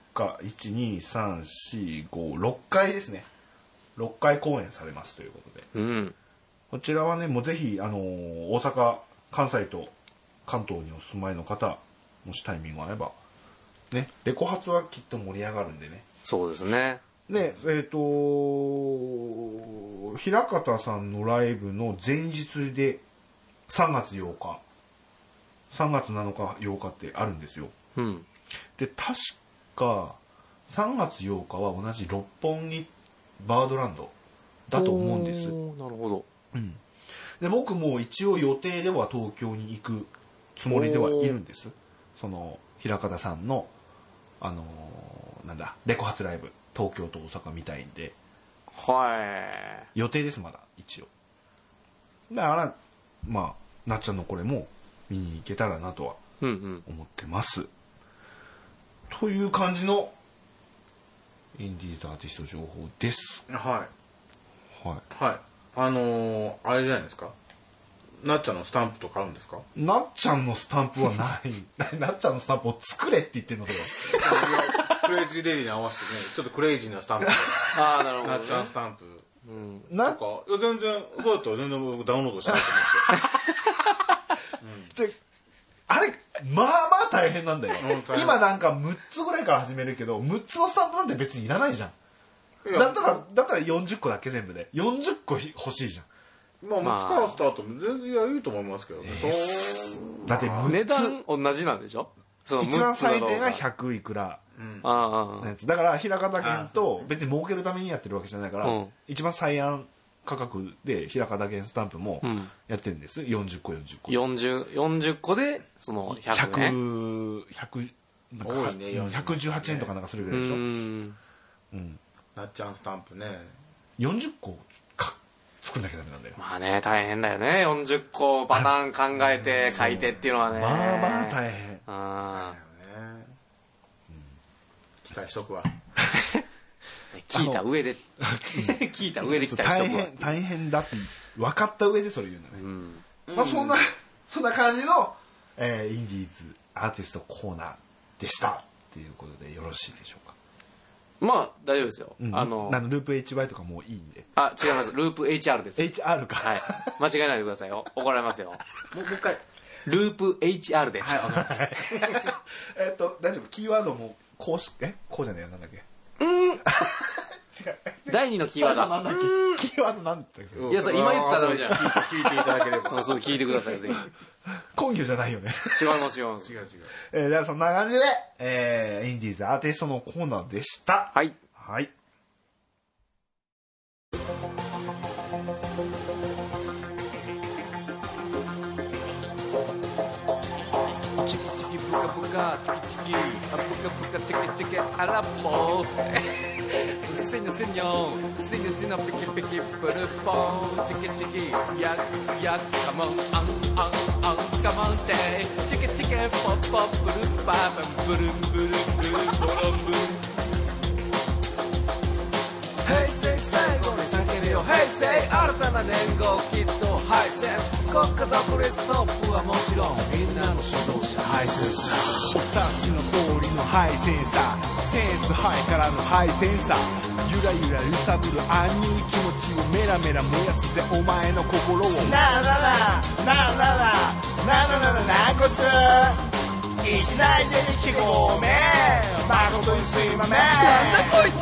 12345回ですね、6回公演されますということで、こちらはね、もうぜひ大阪、関西と関東にお住まいの方、もしタイミングがあればね、レコ発はきっと盛り上がるんでね。 そうですね。 で平方さんのライブの前日で3月8日3月7日8日ってあるんですよ。で確か3月8日は同じ六本木バードランドだと思うんです。 なるほど。 で僕も一応予定では東京に行くつもりではいるんです。その平方さんのなんだレコ発ライブ東京と大阪みたいんで、予定です。まだ一応だからなっちゃんのこれも見に行けたらなとは思ってます、という感じのインディーズアーティスト情報です。 あれじゃないですか、なっちゃんのスタンプとかあるんですか？ なっちゃんのスタンプはないなっちゃんのスタンプを作れって言ってんのそれクレイジーレディに合わせてね、ちょっとクレイジーなスタンプなっちゃんスタンプなんか、いや全然そうだったら全然僕ダウンロードしたいと思ってあれまあ大変なんだよ。今なんか6つぐらいから始めるけど、6つのスタンプなんて別にいらないじゃん。だったら40個だけ全部で40個欲しいじゃん。 6つからスタートも全然いいと思いますけどね。 だって値段同じなんでしょ？ 一番最低が100いくらのやつだから、平方券と別に儲けるためにやってるわけじゃないから、一番最安価格で平方券スタンプもやってるんです。40個 40個でその100 なんか118円とかなんかするぐらいでしょ。 なっちゃんスタンプね 40個作んなきゃダメなんだよ。 大変だよね。40個パターン考えて書いてっていうのはね。 大変。 期待しとくわ。 聞いた上で期待しとくわ。 大変だって分かった上でそれ言うんだね。そんな感じのインディーズアーティストコーナーでしたっていうことでよろしいでしょうか？ 大丈夫ですよ。 ループ HY とかもういいんで。 違います。ループ HR です。 HR か。 間違えないでくださいよ。怒られますよ。 もう一回。 ループ HR です。 大丈夫。キーワードもこうじゃねえなんだっけ。 第2のキーワード。 キーワードなんだっけ。 いや、今言ったらダメじゃん。 聞いていただければ。 そう聞いてくださいぜひ。 根拠じゃないよね。 違います。 じゃあそんな感じでインディーズアーティストのコーナーでした。 はい。Señor, piqui, piqui, purifon, chiqui, chiqui, yak, yak, come on, come on, Jay, chiqui, chiqui, pop, pop, purifon, boom, boom, boom, boom, boom. Hey, say, say, go, say, give me your hey. 生新たな年号きっとハイセンス国家独立トップはもちろんみんなの指導者ハイセンスお察しの通りのハイセンサーセンスハイからのハイセンサーゆらゆら揺さぶるアンニュイ気持ちをメラメラ燃やすぜお前の心をなあなあなあなあなあなあなあこついきなり出てきてごめん誠にすいませんなんだこい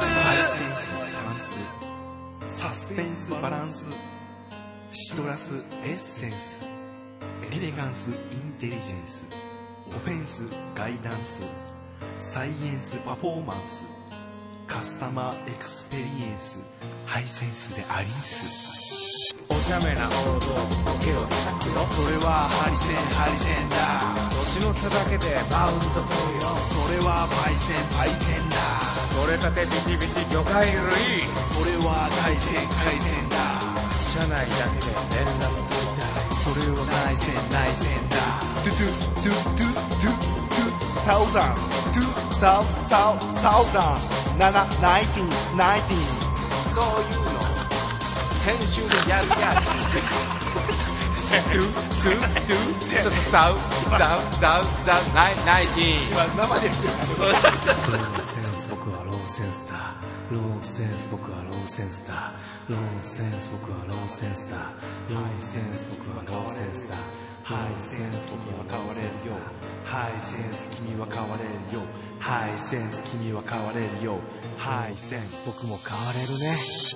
つサスペンスバランスシトラスエッセンスエレガンスインテリジェンスオフェンスガイダンスサイエンスパフォーマンスカスタマーエクスペリエンスハイセンスでありんすお茶目な王道ボケを叩くよそれはハリセンだ年の差だけでマウント取るよそれはパイセンだ取れたてビチビチ魚介類それは海鮮だ社内だけで連絡取りたいそれは内戦だトゥトゥトゥトゥトゥトゥサウザントゥサウザンナナナイティそういうの編集でやるやつトゥサウザンナイティ今生で言ってるローセンス僕はローセンスだローセンス僕はローセンスだローセンス僕はローセンスだローセンス僕はローセンスだハイセンス君は変われるよハイセンス君は変われるよハイセンス君は変われるよハイセンス僕も変われるね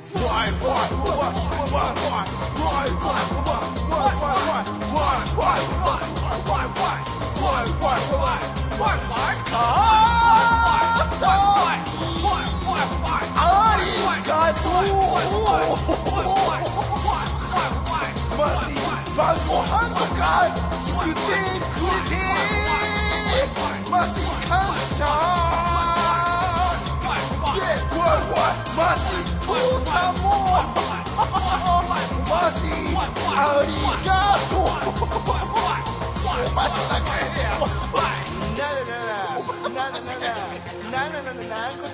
ありがとうマジ晩ご飯とか作ってくれてマジ感謝マジ父さんもマジありがとうお前と仲ええや軟骨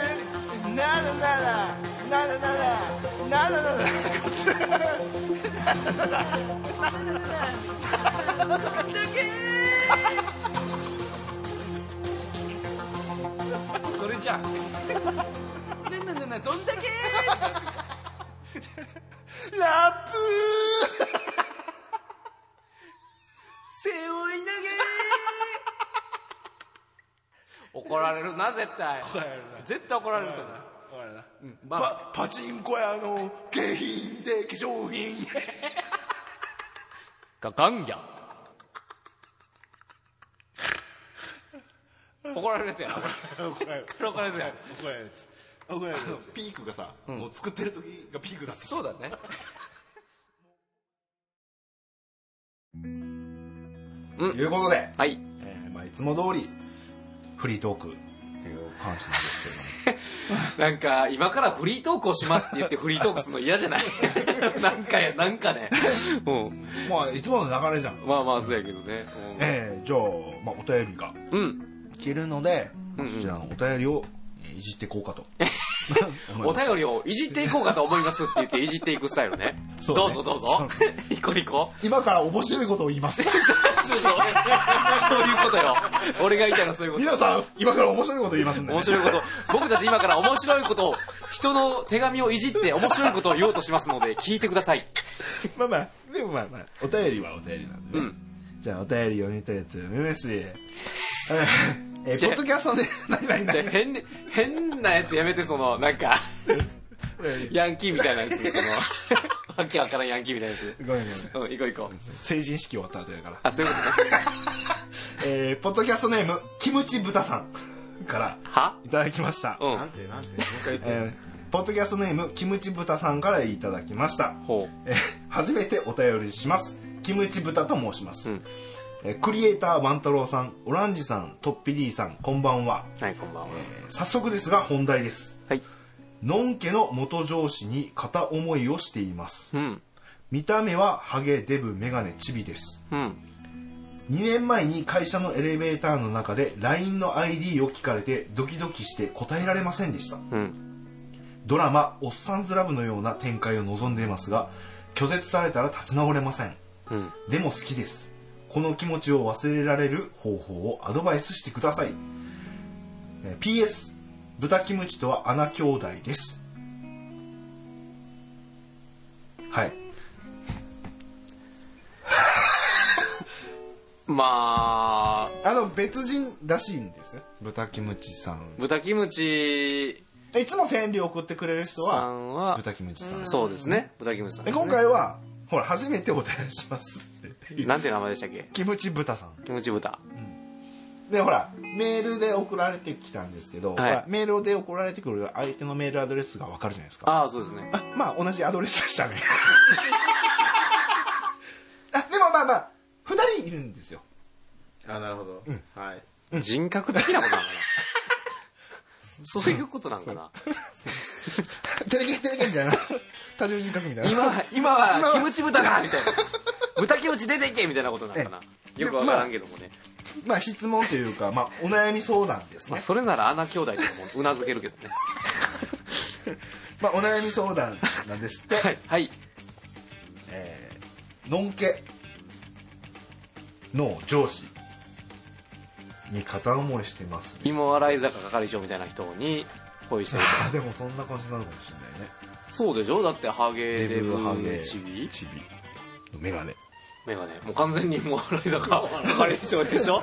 それじゃどんだけラップ背負い投げ怒られるな絶対絶対怒られると思うパチンコ屋の景品で化粧品ガガンギャ怒られるやつや怒られるやつピークがさ、もう作ってる時がピークだってそうだねということで、 はいいつも通りフリートークっていう感じなんですけどなんか今からフリートークをしますって言ってフリートークするの嫌じゃないなんかねまあいつもの流れじゃんまあそうやけどねじゃあ、お便りが来るので、そちらのお便りをいじっていこうかとお便りをいじっていこうかと思いますって言っていじっていくスタイルねどうぞニコニコ今から面白いことを言いますそういうことよ俺が言いたいのはそういうこと皆さん今から面白いことを言いますんで、 面白いこと僕たち今から面白いことを人の手紙をいじって面白いことを言おうとしますので聞いてくださいでもお便りはお便りなんでね、じゃあお便り読みたいと思いますポッドキャストで変なやつやめてなんかヤンキーみたいなやつわけわからんヤンキーみたいなやつごめん行こう成人式終わった後やからあそういうことねポッドキャストネームキムチ豚さんからいただきましたなんてポッドキャストネームキムチ豚さんからいただきました初めてお便りしますキムチ豚と申します、クリエイター万太郎さん、オランジさん、トッピディさん、こんばんは。 はい、こんばんは。 早速ですが本題です。 はい。 のんけの元上司に片思いをしています。見た目はハゲ、デブ、メガネ、チビです。2年前に会社のエレベーターの中で LINE の ID を聞かれてドキドキして答えられませんでした。 ドラマ「おっさんずラブ」のような展開を望んでいますが、拒絶されたら立ち直れません、でも好きです。この気持ちを忘れられる方法をアドバイスしてください。PS 豚キムチとは穴兄弟です。はい。 まあ別人らしいんですよ、豚キムチさん。 豚キムチいつも川柳送ってくれる人は豚キムチさん。 そうですね、豚キムチさん、ね、 今回はほら初めてお便りしますってなんて名前でしたっけ？ キムチ豚さん。 キムチ豚、 でほらメールで送られてきたんですけど、はい、メールで送られてくる相手のメールアドレスが分かるじゃないですか。 ああそうですね。 まあ同じアドレスでしたねでもまあ2人いるんですよ。 なるほど、はい、 人格的なことなのかなそういうことなんかなテレケみたいな多重人格みたいな。 今はキムチ豚だみたいな豚キムチ出ていけみたいなことなんかな。よくわからんけどもね。 まあ質問というか、お悩み相談ですね。 それなら穴兄弟とかもうなずけるけどねお悩み相談なんですってはい、はい。 のんけの上司に片思いしてます。 芋洗い坂係長みたいな人に恋してると。でもそんな感じなのかもしれないね。 そうでしょ。だってハゲデブチビメガネもう完全に芋洗い坂係長でしょ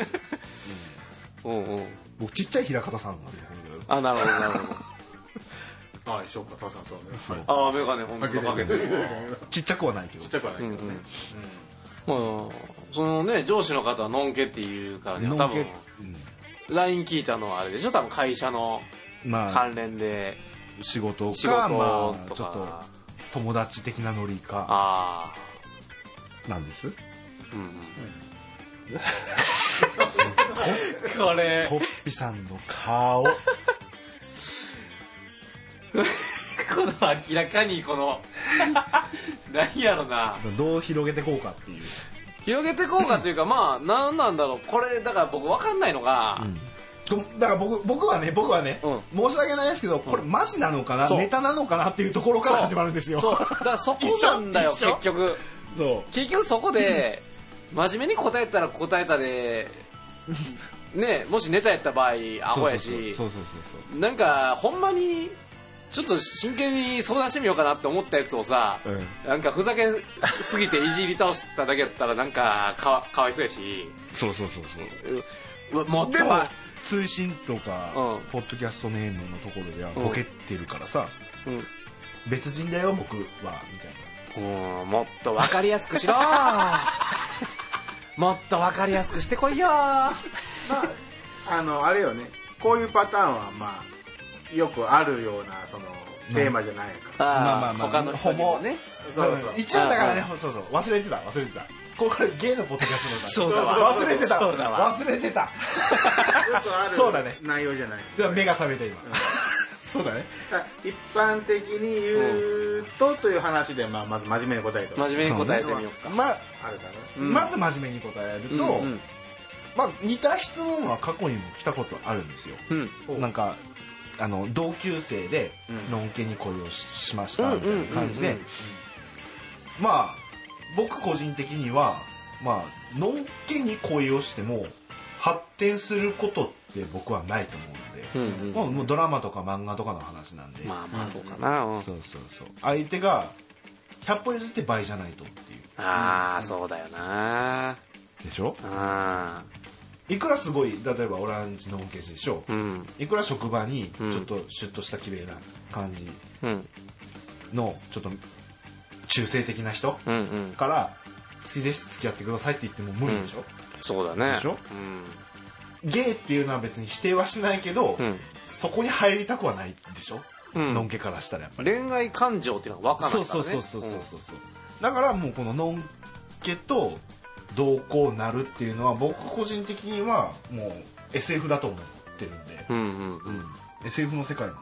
僕ちっちゃい平方さんなんで。 なるほどなるほど一緒か、タさんそうね。 メガネ本当かけてるちっちゃくはないけど。 ちっちゃくはないけどね。 そのね上司の方はのんけっていうからには多分 LINE 聞いたのはあれでしょ。多分会社の関連で仕事とかちょっと友達的なノリかなんです。 これトッピさんの顔この明らかにこの何やろな、 どう広げてこうかっていう、 広げてこうかというか何なんだろうこれ。だから僕分かんないのが、 だから僕はね、申し訳ないですけど、これマジなのかな、ネタなのかなっていうところから始まるんですよ。 だからそこなんだよ結局そこで真面目に答えたら答えたでね、もしネタやった場合アホやし、なんかほんまにちょっと真剣に相談してみようかなって思ったやつをさ、なんかふざけすぎていじり倒しただけだったらなんかかわいそうやし、もっとでも通信とか、ポッドキャストネームのところではボケてるからさ、別人だよ僕はみたいな。もっと分かりやすくしろもっと分かりやすくしてこいよあれよね、こういうパターンはよくあるようなそのテーマじゃないか。 他の人にもね。 一応だからね、忘れてた。これゲイのポッドキャストだから。忘れてた。よくあるそうだね、 内容じゃない。 目が覚めた今。そうだね。 一般的に言うとという話で、まず真面目に答えてみようか。 まず真面目に答えると、似た質問は過去にも来たことあるんですよ。なんか同級生でのんけに恋をしましたみたいな感じで、僕個人的にはのんけに恋をしても発展することって僕はないと思うので、もうドラマとか漫画とかの話なんで、 そうかな。 相手が100歩譲って倍じゃないとっていう。 そうだよな。 でしょ。いくらすごい、例えばオランジのんけでしょ、いくら職場にちょっとシュッとした綺麗な感じのちょっと中性的な人から好きです付き合ってくださいって言っても無理でしょ。 そうだね。 でしょ。ゲイっていうのは別に否定はしないけど、そこに入りたくはないでしょ、のんけからしたらやっぱり恋愛感情っていうのが分からないからね。 だからもうこののんけとどうこうなるっていうのは僕個人的にはもう SF だと思ってるんで、SF の世界なんで、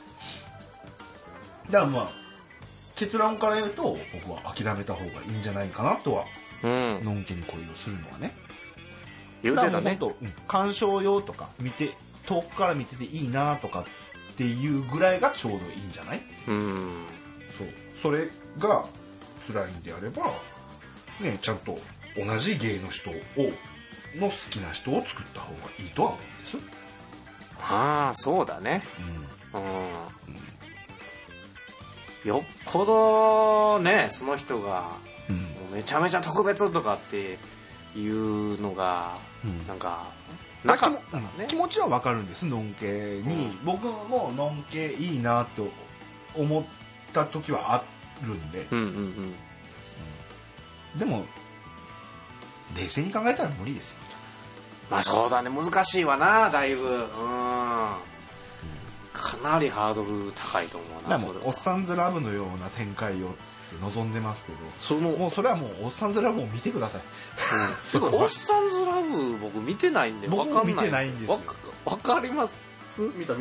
だから結論から言うと僕は諦めた方がいいんじゃないかなとは、のんけに恋をするのはね。 言うてたね。 鑑賞用とか遠くから見てていいなとかっっていうぐらいがちょうどいいんじゃない？それが辛いんであればね、ちゃんと同じ芸の人の好きな人を作った方がいいとは思うんです。 ああ、そうだね。よっぽどね、その人がもうめちゃめちゃ特別とかっていうのがなんかなかったらね、 気持ちはわかるんです。のんけに、僕ものんけいいなと思った時はあるんで、でも冷静に考えたら無理ですよ。 まあそうだね、難しいわな、だいぶ。かなりハードル高いと思うな。 もうおっさんずラブのような展開を望んでますけど、もうそれはもうおっさんずラブを見てください。 おっさんずラブ僕見てないんで分かんない。 僕も見てないんですよ。 分かります？ 見たも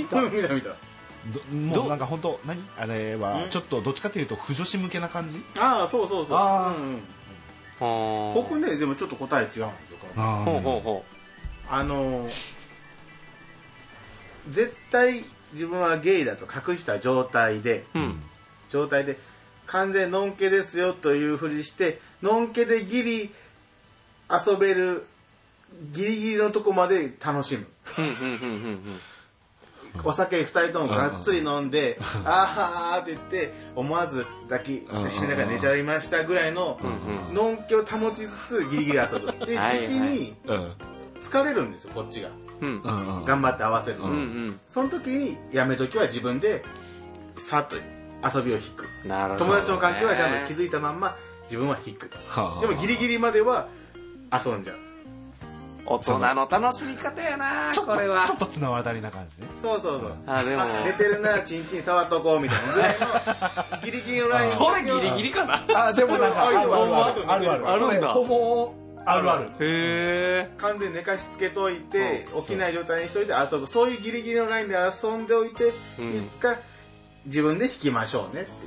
うなんか本当あれはちょっとどっちかというと不女子向けな感じ。 ああ、そう僕ね、でもちょっと答え違うんですよ。絶対自分はゲイだと隠した状態で完全のんけですよというふりして、のんけでギリ遊べるギリギリのとこまで楽しむ。お酒2人ともがっつり飲んで「あー」って言って思わず抱きしめながら寝ちゃいましたぐらいののんけを保ちつつギリギリ遊ぶ。で時期に疲れるんですよ、こっちが。頑張って合わせるの。その時にやめときは自分でさっと遊びを引く。友達の関係はちゃんと気づいたまんま自分は引く。でもギリギリまでは遊んじゃう。 大人の楽しみ方やな、これは。 ちょっと綱渡りな感じね。 そうでも寝てるな、チンチン触っとこうみたいなぐらいのギリギリのライン。 それギリギリかな。 でもなんかあるんだ。ほぼある。 へえ。 完全に寝かしつけといて起きない状態にしといて遊ぶ。そういうギリギリのラインで遊んでおいて、いつか自分で弾きましょうねっていう。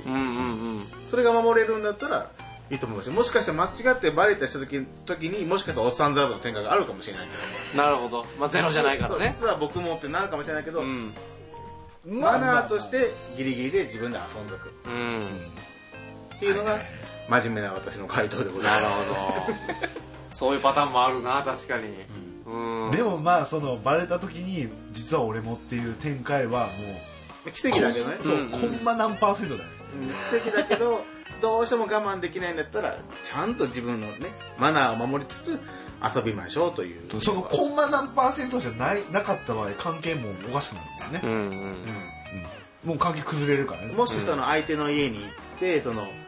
それが守れるんだったらいいと思います。もしかしたら間違ってバレたした時にもしかしたらおっさんずラブの展開があるかもしれないけど。 なるほど。ゼロじゃないからね。 実は僕もってなるかもしれないけど、マナーとしてギリギリで自分で遊んどくっていうのが真面目な私の回答でございます。 なるほど。そういうパターンもあるな、確かに。 でもまあそのバレた時に実は俺もっていう展開はもう奇跡だけどね。 コンマ何%だよね。 奇跡だけどどうしても我慢できないんだったらちゃんと自分のねマナーを守りつつ遊びましょうという。 そのコンマ何%じゃなかった場合関係もおかしくなるんだよね。もう関係崩れるからね。 もしその相手の家に行って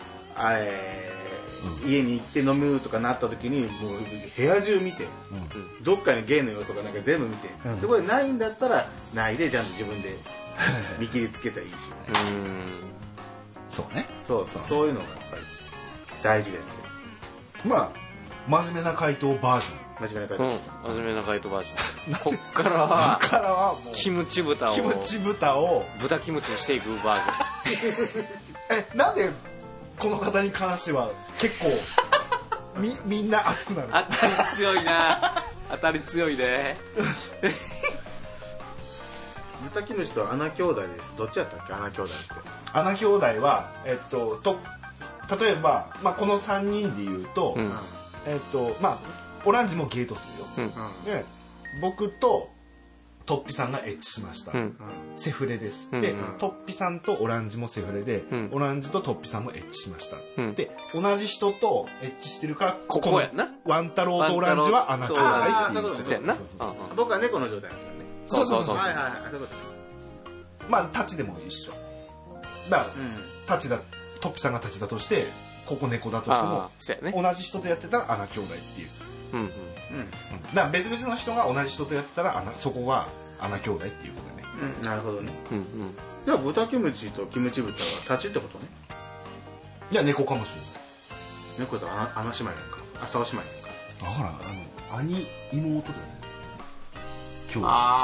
家に行って飲むとかなった時にもう部屋中見て、どっかにゲイの要素がなんか全部見て、でこれないんだったらないでちゃんと自分で見切りつけたらいいし、 そうね。 そういうのがやっぱり大事ですよ。 まあ真面目な回答バージョン。 真面目な回答バージョン。こっからはもうキムチ豚を豚キムチにしていくバージョン。 なんでこの方に関しては結構みんな熱くなる。 当たり強いな。当たり強いね。 豚キムチと穴兄弟です。どっちやったっけ、穴兄弟って。 穴兄弟は例えば、この3人で言うと、オランジもゲートするよ。で僕とトッピさんがエッチしました。セフレです。でトッピさんとオランジもセフレで、オランジとトッピさんもエッチしました。で同じ人とエッチしてるからここやな。 ワン太郎とオランジは穴兄弟っていう。 そうやな。僕は猫の状態だからね。 そう。 はいはい。 まあタチでも一緒。だからタチだ、トッピさんがタチだとしてここ猫だとしても同じ人とやってたら穴兄弟っていう。だから別々の人が同じ人とやってたらそこは穴兄弟っていうことね。 なるほどね。では豚キムチとキムチ豚はタチってことね。 いや猫かもしれない。 猫と穴姉妹なんか浅尾姉妹なんか。 だから兄妹だよね。 なん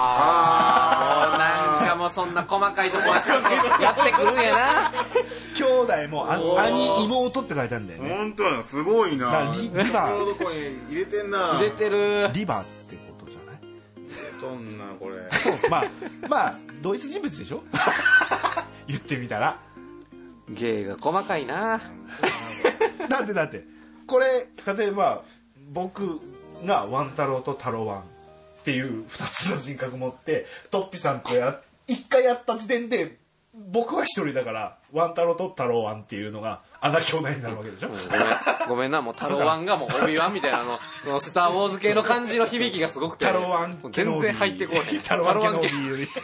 かもうそんな細かいとこはちゃんとやってくるんやな。 兄弟も兄妹って書いてあるんだよね。 本当や、すごいな。 リバーどこに入れてんな。 入れてる。 リバーってことじゃない？ そんなこれ。 まあ同一人物でしょ言ってみたら芸が細かいな。 だってこれ例えば僕がワン太郎と太郎ワンっていう2つの人格持ってトッピさんと1回やった時点で僕は1人だからワン太郎と太郎ワンっていうのが穴兄弟になるわけでしょ。 ごめんな、もう太郎ワンがもうオビワンみたいなそのスター・ウォーズ系の感じの響きがすごくて太郎ワン全然入ってこない。 太郎ワンケノービー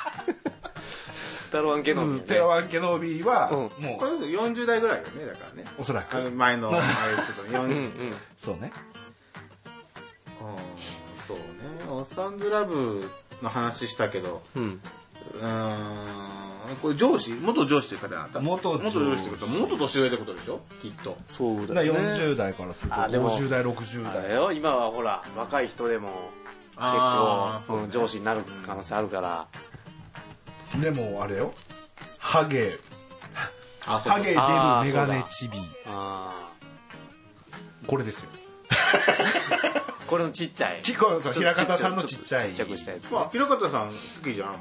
太郎ワンケノービー、 太郎ワンケノービーはもうこれ40代ぐらいよね、だからね、 おそらく前のあれですけど40 そうね。 そうね。おっさんずラブの話したけど、これ元上司という方だった。元上司ってことは元年上ってことでしょ、きっと。 そうだね。 40代からすると50代60代。 あれよ、今はほら若い人でも結構その上司になる可能性あるから。 でもあれよ、ハゲ出るメガネチビ、これですよ。 これのちっちゃい、 平方さんのちっちゃい、 ちっちゃくしたやつ、 平方さん好きじゃん。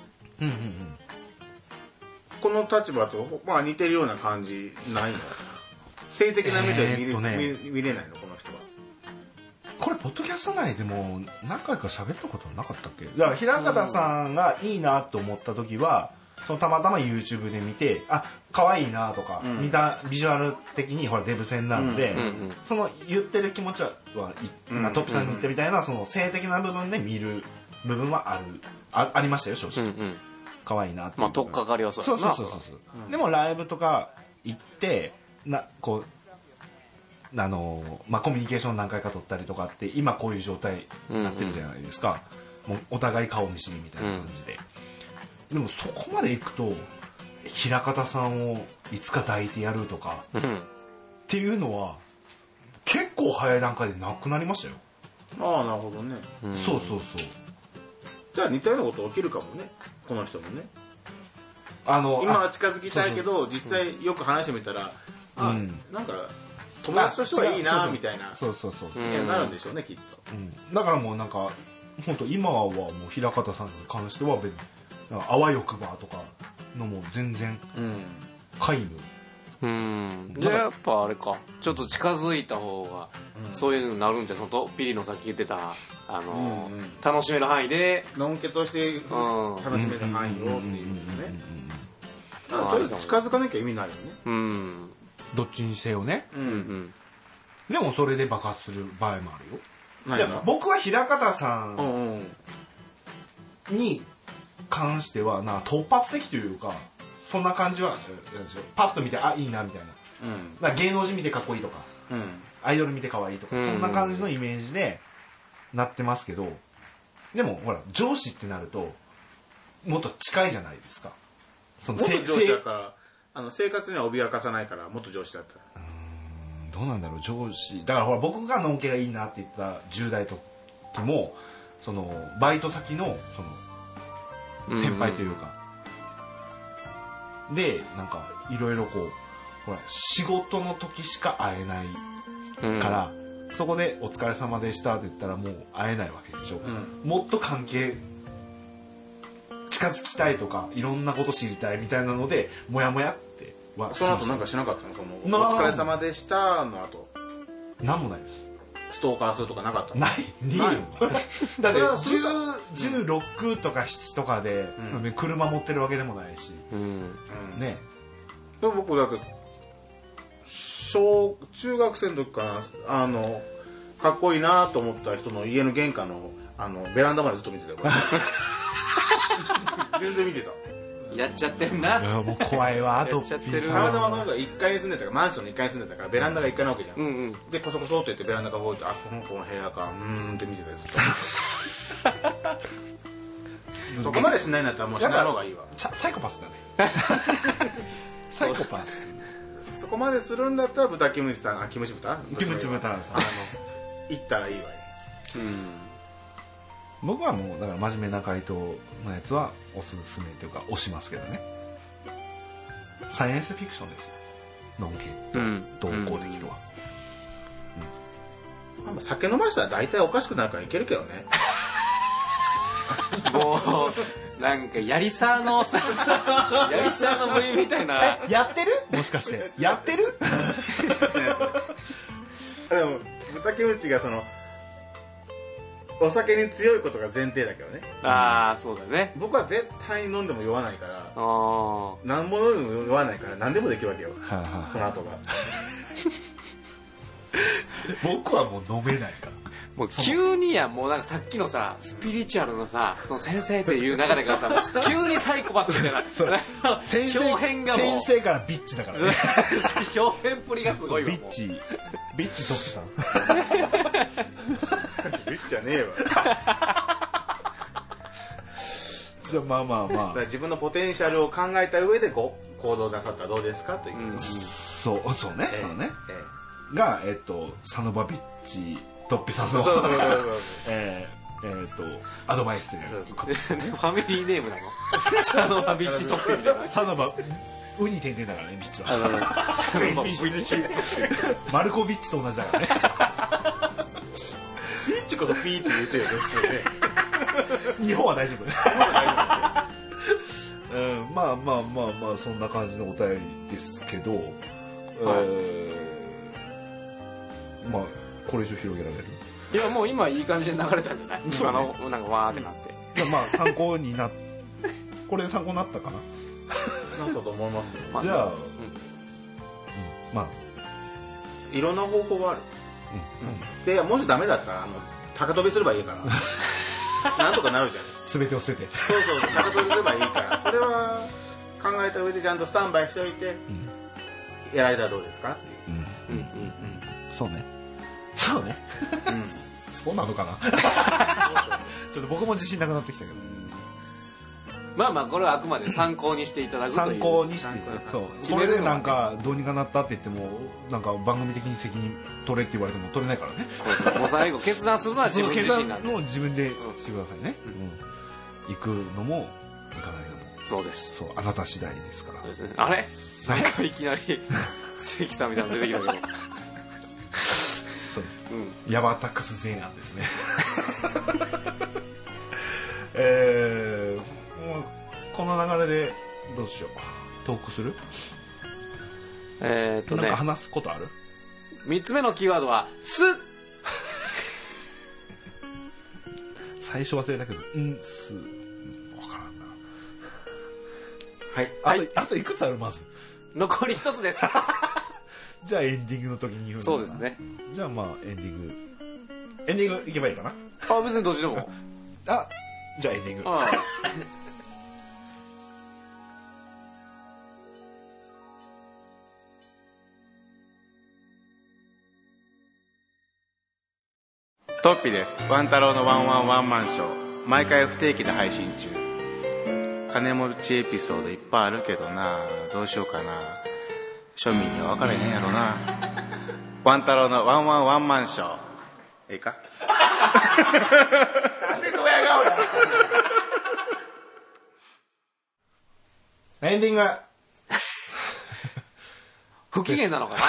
この立場とまあ似てるような感じないの？性的な目で見れないの、この人は。 これポッドキャスト内でも何回か喋ったことなかったっけ？だから平方さんがいいなと思った時は、そのたまたま YouTube で見て、あ、可愛いなとか、見たビジュアル的にほらデブ戦なので、その言ってる気持ちはトップさんに言ってみたいなその性的な部分で見る部分はありましたよ、正直。可愛いなって。 まあ取っかかりはそうだな。 そう。でもライブとか行ってこうまあ、コミュニケーション何回か取ったりとかって今こういう状態になってるじゃないですか、もうお互い顔見知りみたいな感じで、でもそこまでいくと平方さんをいつか抱いてやるとか、っていうのは結構早い段階でなくなりましたよ。 ああ、なるほどね。 そうじゃあ似たようなこと起きるかもね、この人もね。今は近づきたいけど実際よく話してみたら、なんか友達としてはいいなみたいな、 そうなるんでしょうね、きっと。 だからもうなんか本当今はもう平方さんに関しては別にあわよくばとかのも全然皆無。 じゃあやっぱあれか、ちょっと近づいた方がそういうのになるんじゃ、そのピリのさっき言ってた楽しめる範囲で、 のんけとして楽しめる範囲をっていうね。とりあえず近づかなきゃ意味ないよね。 どっちにせよね。でもそれで爆発する場合もあるよ。僕は平方さんに関しては突発的というか、そんな感じはパッと見ていいなみたいな、芸能人見てかっこいいとか、アイドル見てかわいいとか、そんな感じのイメージでなってますけど、でもほら上司ってなるともっと近いじゃないですか。 元上司だから生活には脅かさないから、元上司だったら。 どうなんだろう、上司だからほら僕がのんけがいいなって言った10代時も、そのバイト先のその先輩というか、でなんかいろいろこうほら仕事の時しか会えないから、そこで「お疲れ様でした」って言ったらもう会えないわけでしょ、もっと関係近づきたいとかいろんなこと知りたいみたいなのでモヤモヤってはその後なんかしなかったの？その「お疲れ様でした」の後何もないです。 ストーカーするとかなかったの？ ないだって16とか7とかで車持ってるわけでもないし、ね。 でも僕だって中学生の時かな、かっこいいなと思った人の家の玄関のベランダまでずっと見てたよ。全然見てた。 やっちゃってるな。 もう怖いわ。トッピーさん。 体はなんか1階に住んでたから、マンションの1階に住んでたからベランダが1階なわけじゃん。でこそこそって言ってベランダが動いて、あ、この子の部屋か、って見てたよずっと。そこまでしないんだったらもうしない方がいいわ。 サイコパスだね。サイコパス。 そこまでするんだったら豚キムチさん、キムチ豚さん行ったらいいわよ。 僕はもうだから真面目な回答のやつはおすすめというか押しますけどね。サイエンスフィクションですよ、のんけと同行できるわ。 酒飲ましたら大体おかしくなるからいけるけどね。 もうなんかやりさのさやりさの部員みたいな。 やってる？もしかしてやってる？ でも豚キムチがそのお酒に強いことが前提だけどね。 ああそうだね。 僕は絶対に飲んでも酔わないから、何も飲んでも酔わないから何でもできるわけよ、その後が。 僕はもう飲めないから。 もう急にや、もうなんかさっきのさスピリチュアルのさその先生っていう流れからさ急にサイコパスみたいな先表現がもう先生からビッチだからね。 表現っぷりがすごいわ。 ビッチトップさん。 ビッチじゃねえわ。 じゃあまあまあまあ、 だから自分のポテンシャルを考えた上で行動なさったらどうですかという、 そうね、そうね、がサノバビッチトッピさんのアドバイスというファミリーネームなの。サノバビッチトッピみたいな。 サノバウニ点々だからね、ビッチは。マルコビッチと同じだからね。 ビッチこそピーって言うてよ、 日本は大丈夫。まあまあまあまあそんな感じのお便りですけど、まあこれ以上広げられる？ いやもう今いい感じで流れたんじゃない？今のなんかわーってなって。 まあ参考になこれで参考になったかな。 なったと思いますよ。 じゃあ、まあいろんな方法はある。でもしダメだったら高飛びすればいいから。なんとかなるじゃん。 全てを捨てて。 そう高飛びすればいいから。それは考えた上でちゃんとスタンバイしておいて、やられたらどうですかっていう。 そうね。そうね。そうなのかな。ちょっと僕も自信なくなってきたけど。 まあまあこれはあくまで参考にしていただくという。 参考にしていただく。そう。これでなんかどうにかなったって言ってもなんか番組的に責任取れって言われても取れないからね。 もう最後決断するのは自分自身なんで。 の自分でしてくださいね。行くのも行かないのも。 そうです。 そう、あなた次第ですから。 あれ？なんかいきなり関さんみたいなの出てきたけど。 そうです。ヤバタックス勢なんですね。この流れでどうしよう。トークする？なんか話すことある ？3つ目のキーワードはす。 最初忘れたけど、す。わからんな。はい。あといくつある？まず。 残り1つです。 じゃあエンディングの時に言うのかな。 そうですね。じゃあまあエンディングいけばいいかな。 別にどっちでも。 じゃあエンディング。 トッピです。ワン太郎のワンワンワンマンショー、毎回不定期で配信中。金持ちエピソードいっぱいあるけどな、どうしようかな。庶民には分からへんやろな。ワン太郎のワンワンワンマンショー、ええか。なんでドヤ顔や。 エンディング。 不機嫌なのかな。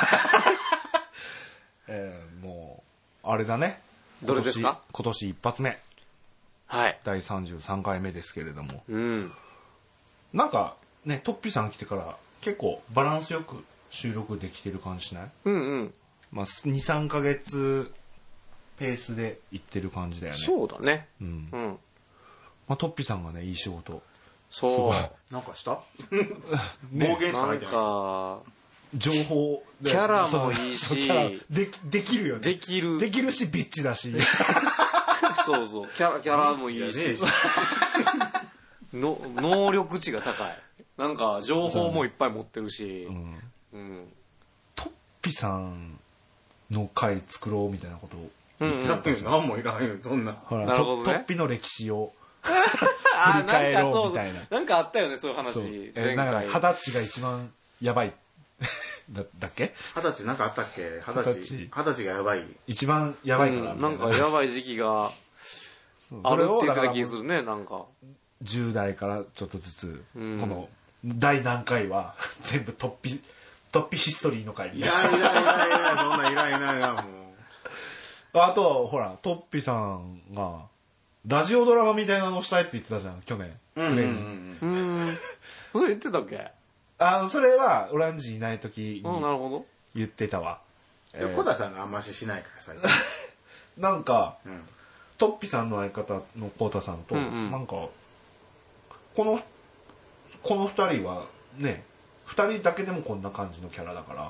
もうあれだね。 どれですか？ 今年一発目。 はい。 第33回目ですけれども。 なんかね、トッピさん来てから結構バランスよく収録できてる感じしない？まあ2、3ヶ月ペースでいってる感じだよね。 そうだね。 まあトッピさんがねいい仕事。 そう。 なんかした？暴言しか入ってない。 情報キャラもいいしできるよね。できるしビッチだし。 そうそう、キャラもいいし能力値が高い。なんか情報もいっぱい持ってるし、 トッピさんの回作ろうみたいなことを言ってなってるし、何もいらないよそんな。 ほら、トッピの歴史を振り返ろうみたいな。 なんかあったよね、そういう話。前回 20歳が一番やばいだっけ ？20歳なんかあったっけ？20歳がやばい。 一番やばいから。 なんかやばい時期があるって言ってた気がするね。なんか 10代からちょっとずつこの第何回は全部トッピヒストリーの回に。 いらそんないらもう。 あとほらトッピさんがラジオドラマみたいなのしたいって言ってたじゃん去年それ言ってたっけ？ それはオランジいない時になるほど言ってたわ。 小田さんがあんましないから最近なんか、トッピさんの相方のコウタさんと、なんかこの2人はね2人だけでもこんな感じのキャラだから、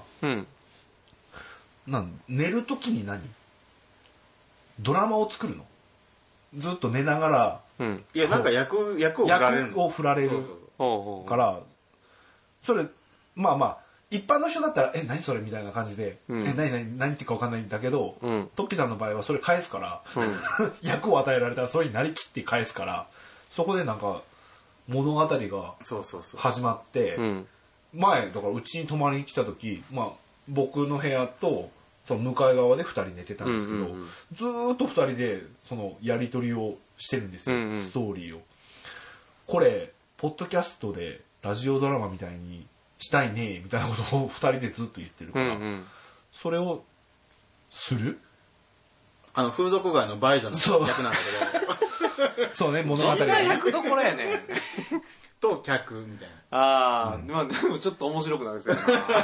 寝る時にドラマを作るの？ずっと寝ながら、 いやなんか役を振られるからそれまあ一般の人だったら何それみたいな感じで、何って言うか分かんないんだけど、トッピさんの場合はそれ返すから、役を与えられたらそれになりきって返すからそこでなんか物語が始まって前だからうちに泊まりに来た時、僕の部屋とその向かい側で2人寝てたんですけど、ずーっと2人でそのやり取りをしてるんですよ、ストーリーを。これポッドキャストでラジオドラマみたいにしたいねみたいなことを2人でずっと言ってるから、それをする？ 風俗街のバイジョンの役なんだけどそうね、物語が役どころやねと客みたいな。でもちょっと面白くなるんですよ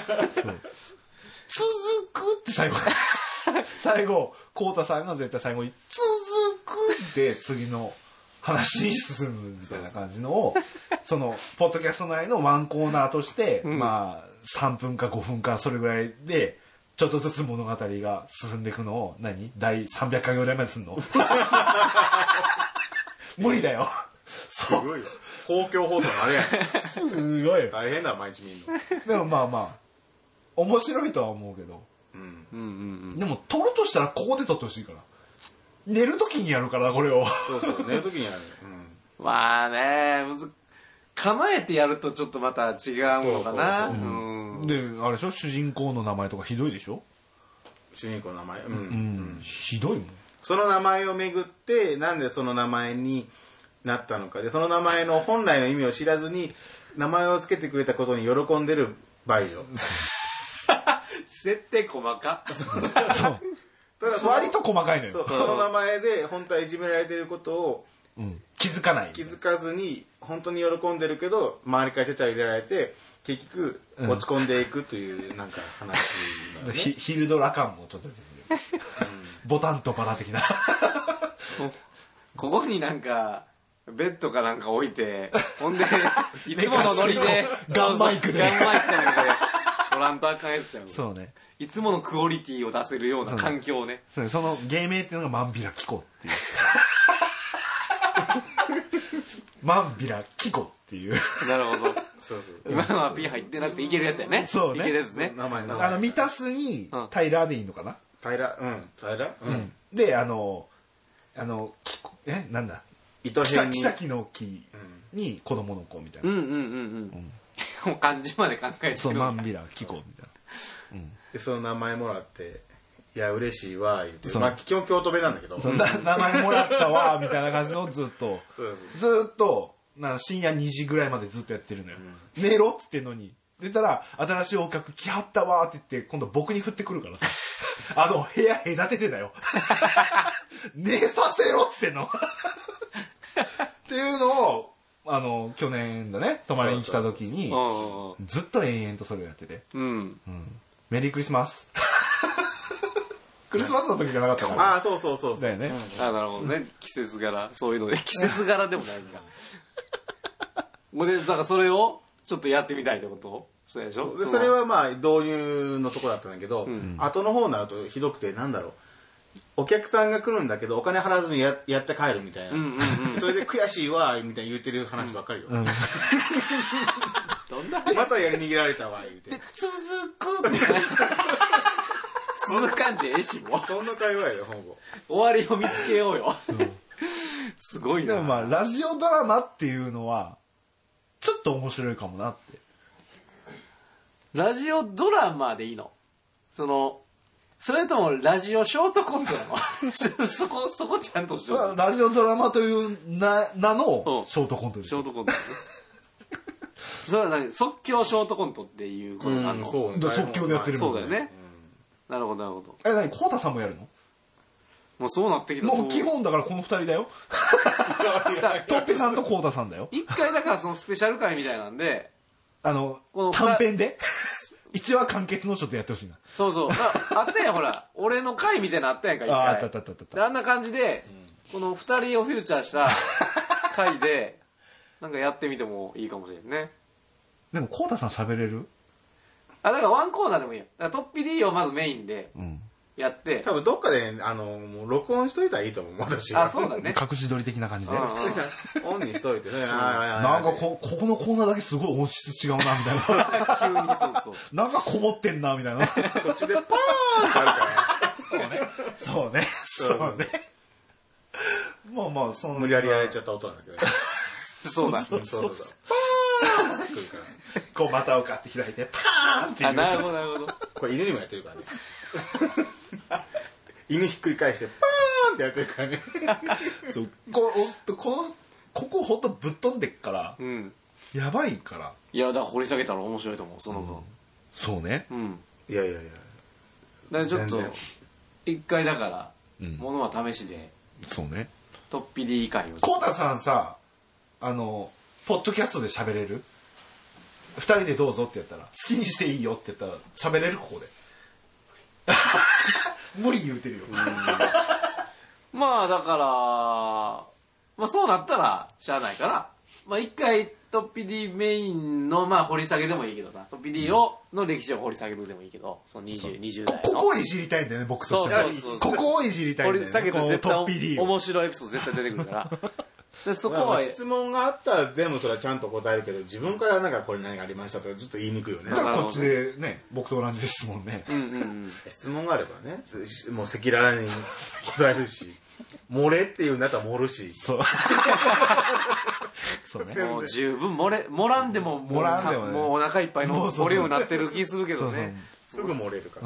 続くって最後コウタさんが絶対最後に続くって次の話に進むみたいな感じのをそのポッドキャスト内のワンコーナーとして、3分か5分かそれぐらいでちょっとずつ物語が進んでいくのを第300回ぐらいまですんの無理だよ。 すごいよ公共放送のあれやねすごいよ大変だ毎日見るの。 でも面白いとは思うけど、でも撮るとしたらここで撮ってほしいから寝る時にやるからこれをそう寝る時にやる、 まあね構えてやるとちょっとまた違うのかな。 であれでしょ、主人公の名前とかひどいでしょ。 主人公の名前ひどいもん。 その名前をめぐってなんでその名前になったのかで、その名前の本来の意味を知らずに名前を付けてくれたことに喜んでるバイジョ設定細かそう割と細かいのよ。 その名前で本当はいじめられてることを気づかずに本当に喜んでるけど周りからちゃちゃ入れられて結局落ち込んでいくというなんか話なんで、 ヒルドラ感もちょっと出てくる、ボタンとバラ的なここになんかベッドかなんか置いてほんでいつものノリでガンマイクでトランとあかんやつちゃう。 そうね、 いつものクオリティを出せるような環境をね。 その芸名っていうのがマンビラキコっていうマンビラキコっていうなるほど。今のは P 入ってなくていけるやつやね。 そうね、 いけるやつね。 ミタスにタイラーでいいのかな。 タイラでなんだ妃の木に子供の子みたいな。 もう漢字まで考えてる。 そうマンビラキコみたいな。 でその名前もらっていや嬉しいわ言って、基本京都弁なんだけど名前もらったわみたいな感じのずっと深夜2時ぐらいまでずっとやってるのよ、寝ろっつってんのに。そしたら新しいお客来はったわって言って今度僕に振ってくるからさ部屋隔ててだよ寝させろっつってんのっていうのを去年だね泊まりに来た時にずっと延々とそれをやってて、メリークリスマスクリスマスの時じゃなかったから。 そうだよね。 なるほどね。季節柄そういうので季節柄でもないんだ。もうでだからそれをちょっとやってみたいってこと？そうでしょ。 でそれは導入のところだったんだけど、後の方になるとひどくてお客さんが来るんだけどお金払わずにやって帰るみたいな、それで悔しいわみたいに言ってる話ばっかりよ。またやり逃げられたわ言うて。 続かんでええしもう。 そんな会話やよほぼ。 終わりを見つけようよ。すごいな。 でもラジオドラマっていうのはちょっと面白いかもなって。 ラジオドラマでいいの？それともラジオショートコントなの？そこちゃんとしてほしい。 ラジオドラマという名のショートコントです。 ショートコント、ね。それは何？即興ショートコントっていうことなの？ 即興でやってるもんね。 そうだよね。なるほどなるほど。 何コウタさんもやるの？ もうそうなってきた。 もう基本だからこの2人だよ。トッピさんとコウタさんだよ。 一回だからそのスペシャル回みたいなんで、 短編で1話完結のちょっとやってほしいな。 そうそう。あったやん、ほら、俺の回みたいなのあったやんか、一回。 あった。 で、あんな感じで、この2人をフューチャーした回で、なんかやってみてもいいかもしれんね。 でもコウタさん喋れる？ だからワンコーナーでもいいよ。だからトッピ D をまずメインでやって、 多分どっかでもう録音しといたらいいと思う、私は。そうだね。 隠し撮り的な感じでオンにしといてね。 なんかここのコーナーだけすごい音質違うなみたいな。 急にそうなんかこもってんなみたいな。 途中でパーンってあるからそうね。まあまあ無理やりやられちゃった音なんだけど。 そうだ。 そう。パーンってくるから。 こう股を買って開いてパーンっていう。 なるほど。 これ犬にもやってるからね。犬ひっくり返してパーンってやってるからね。 そうここほんとぶっ飛んでっから、やばいから。 いやだから掘り下げたら面白いと思う、その分。 そうね。 いや。 だからちょっと一回だからものは試しで。 そうね。 トッピ D 回を。 コウタさんさ、ポッドキャストで喋れる？2人でどうぞってやったら、好きにしていいよって言ったら喋れる？ここで。無理言うてるよ。 まあだから、まあそうなったらしゃあないから、まあ一回トッピ D メインのまあ掘り下げでもいいけどさ、トッピ D の歴史を掘り下げるでもいいけど、その20代の。 ここをいじりたいんだよね、僕としては。ここをいじりたいんだよね。 掘り下げたら絶対トッピ D を面白いエピソード絶対出てくるから。でそこは質問があったら全部それはちゃんと答えるけど、自分からなんかこれ何がありましたとかちょっと言いにくいよね。 だからこっちでね、僕と同じ質問ね。 質問があればね、もう赤裸々に答えるし、漏れっていうんだったら盛るし。 そうね。 もう十分盛らんでももうお腹いっぱいのボリュームになってる気するけどね。 すぐ漏れるから。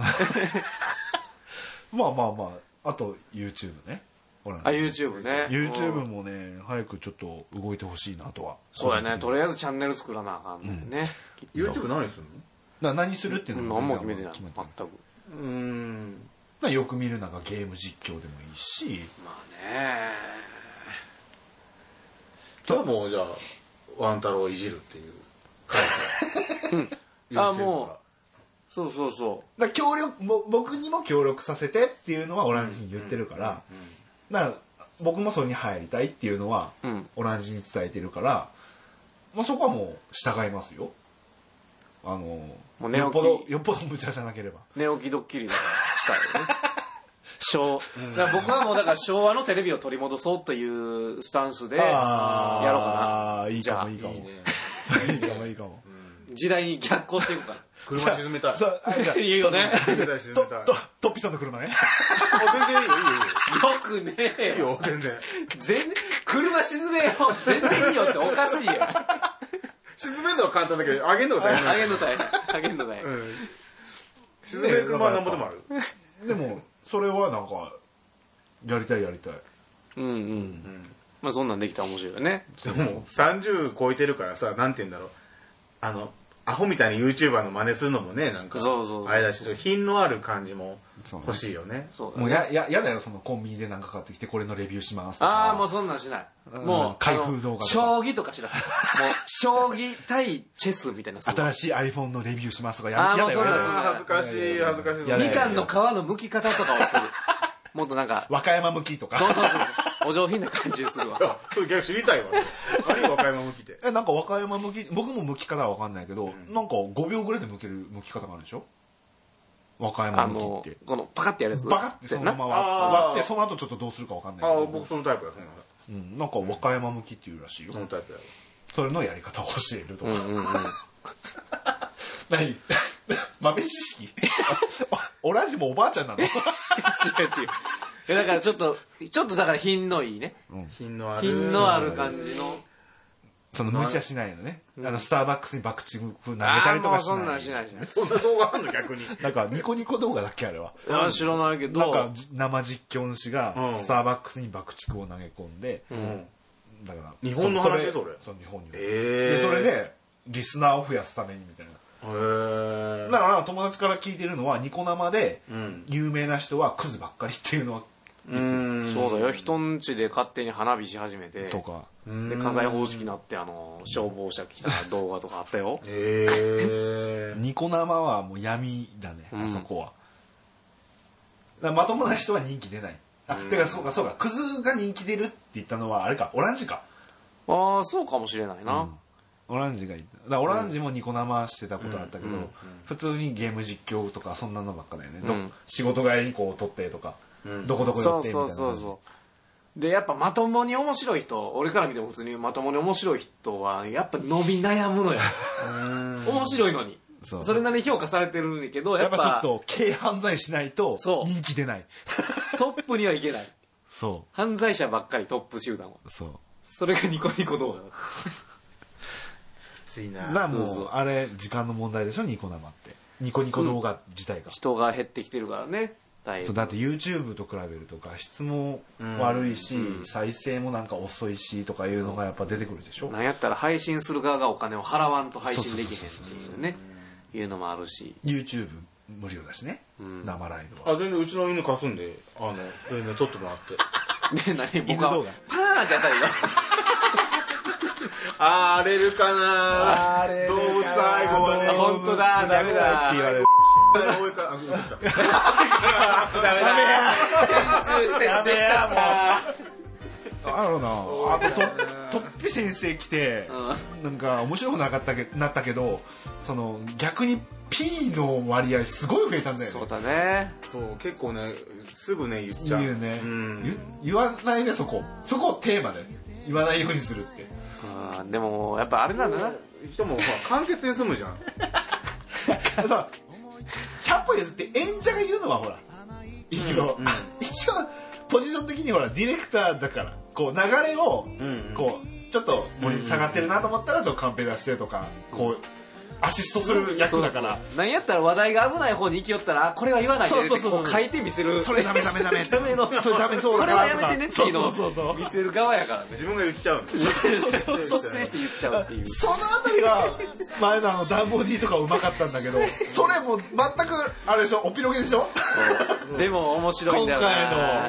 まあ、あと YouTube ね。 YouTube ね。 YouTube もね、早くちょっと動いてほしいなとは。 そうやね。とりあえずチャンネル作らなあかんね。 YouTube 何するの？ 何するっていうの何も決めてない。全く。よく見るなんかゲーム実況でもいいし。 まあね。 じゃあもうじゃあワン太郎をいじるっていう感じ。 もうそうだ僕にも協力させてっていうのはオランジに言ってるから、僕もそれに入りたいっていうのはオランジに伝えてるから、そこはもう従いますよ。よっぽど無茶じゃなければ。 寝起きドッキリだからしたいよね。だから僕はもうだから昭和のテレビを取り戻そうというスタンスでやろうかな。 いいかも。いいかも。 時代に逆行していくから。 車沈めたい。 いいよね。 トッピさんの車ね。 全然いいよ。 よくねえよ。 いいよ、全然。 車沈めよう。全然いいよっておかしいよ。 沈めるのは簡単だけど、上げるのが大変。 上げるの大変。 沈める車はなんぼでもある。 でも、それはなんか、やりたい。 まあそんなんできたら面白いよね。 でも、30超えてるからさ、なんて言うんだろう。アホみたいに YouTuber の真似するのもね、なんか、あれだし、品のある感じも欲しいよね。 もうやだよ、そのコンビニでなんか買ってきて、これのレビューしますとか。もうそんなんしない。もう、 開封動画とか。 将棋とかしら。もう、将棋対チェスみたいな。 新しい iPhone のレビューしますとか、やだよ。 恥ずかしい。 みかんの皮の剥き方とかをする。もっとなんか。 和歌山向きとか。 そう。お上品な感じでするわ。 そう、逆知りたいわ。何和歌山向きって。 なんか和歌山向き、僕も剥き方はわかんないけど、なんか5秒ぐらいで剥ける剥き方があるでしょ？和歌山向きって。 このパカってやるやつ。 パカってそのまま割って、その後ちょっとどうするかわかんないけど。 僕そのタイプだ。 なんか和歌山向きっていうらしいよ。 そのタイプだよ。 それのやり方を教えるとか。何豆知識オランジもおばあちゃんなの？違う。 だからちょっとだから品のいいね。 品のある感じの。 その無茶しないのね。スターバックスに爆竹投げたりとかしない。 そんなんしない。 そんな動画あんの逆に。 なんかニコニコ動画だっけあれは。 いや知らないけど。 なんか生実況主がスターバックスに爆竹を投げ込んで。だから日本の話それ。 そう日本に。でそれでリスナーを増やすためにみたいな。だから友達から聞いてるのはニコ生で有名な人はクズばっかりっていうのはそうだよ、人ん家で勝手に花火し始めてとかで火災報知器になって消防車来た動画とかあったよ。 ニコ生はもう闇だね、あそこは。だからまともな人は人気出ない。てかそうかクズが人気出るって言ったのはあれか、オランジか。 ああ、そうかもしれないな。 オランジがいた。だからオランジもニコ生してたことあったけど、普通にゲーム実況とかそんなのばっかだよね。仕事帰りにこう撮ってとか、どこどこ寄ってみたいな。 そうで、やっぱまともに面白い人、俺から見ても普通にまともに面白い人はやっぱ伸び悩むのよ。面白いのに。それなりに評価されてるんだけど、 やっぱちょっと軽犯罪しないと人気出ない。 トップにはいけない。 そう。 犯罪者ばっかりトップ集団は。 そう。 それがニコニコ動画だ。 きついな。 だからもうあれ時間の問題でしょ、ニコ生って。ニコニコ動画自体が。 人が減ってきてるからね。 そうだって YouTube と比べると画質も悪いし、再生もなんか遅いしとかいうのがやっぱ出てくるでしょ。 なんやったら配信する側がお金を払わんと配信できへんっていうね、いうのもあるし。 YouTube 無料だしね、生ライブは。 全然うちの犬貸すんで全然撮ってもらって。 で、僕はパーンってやったらいいよ。 荒れるかな、動物愛護はね。 本当だ、ダメだって言われる。 ダメだ、編集して出ちゃった。 あとトッピ先生来て、なんか面白くなったけど、その逆に P の割合すごい増えたんだよね。 そうだね。 そう、結構ね、すぐね言っちゃう。 言うね。言わないね、そこをテーマで言わないようにするって。 でもやっぱあれなんだな。 人も簡潔に済むじゃん。 さ、100歩譲って演者が言うのはほらいいけど、一応ポジション的にほらディレクターだからこう流れをこうちょっと盛り下がってるなと思ったらちょっとカンペ出してとかこうアシストする役だから。 なんやったら話題が危ない方に行きよったら、これは言わないでってこう書いて見せる。 それダメダメの、それダメそうだから、これはやめてねっていうのを見せる側やからね。 自分が言っちゃうんです。 率先して言っちゃうっていう。 そのあたりは前のダンボディとかうまかったんだけど、それも全くあれでしょ、おピロゲでしょ。 でも面白いんだよな。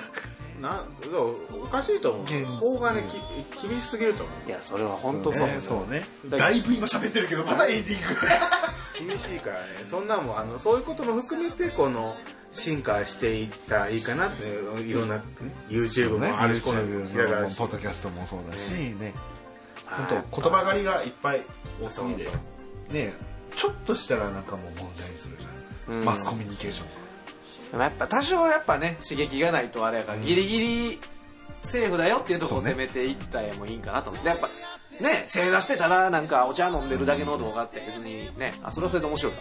おかしいと思う。法がね厳しすぎると思う。 いや、それは本当そう。 そうね。だいぶ今喋ってるけどまたエンディング。厳しいからね。そんなもんそういうことも含めてこの進化していったらいいかなって、いろんな YouTube もあるし、ポッドキャストもそうだしね。本当言葉狩りがいっぱい多すぎてね、ちょっとしたらなんかもう問題にするじゃん。マスコミュニケーション。 でもやっぱ多少やっぱね刺激がないとあれやから、ギリギリセーフだよっていうところを攻めていったらもいいんかなと思って、やっぱね、正座してただなんかお茶飲んでるだけの動画って別にね、それはそれで面白いか。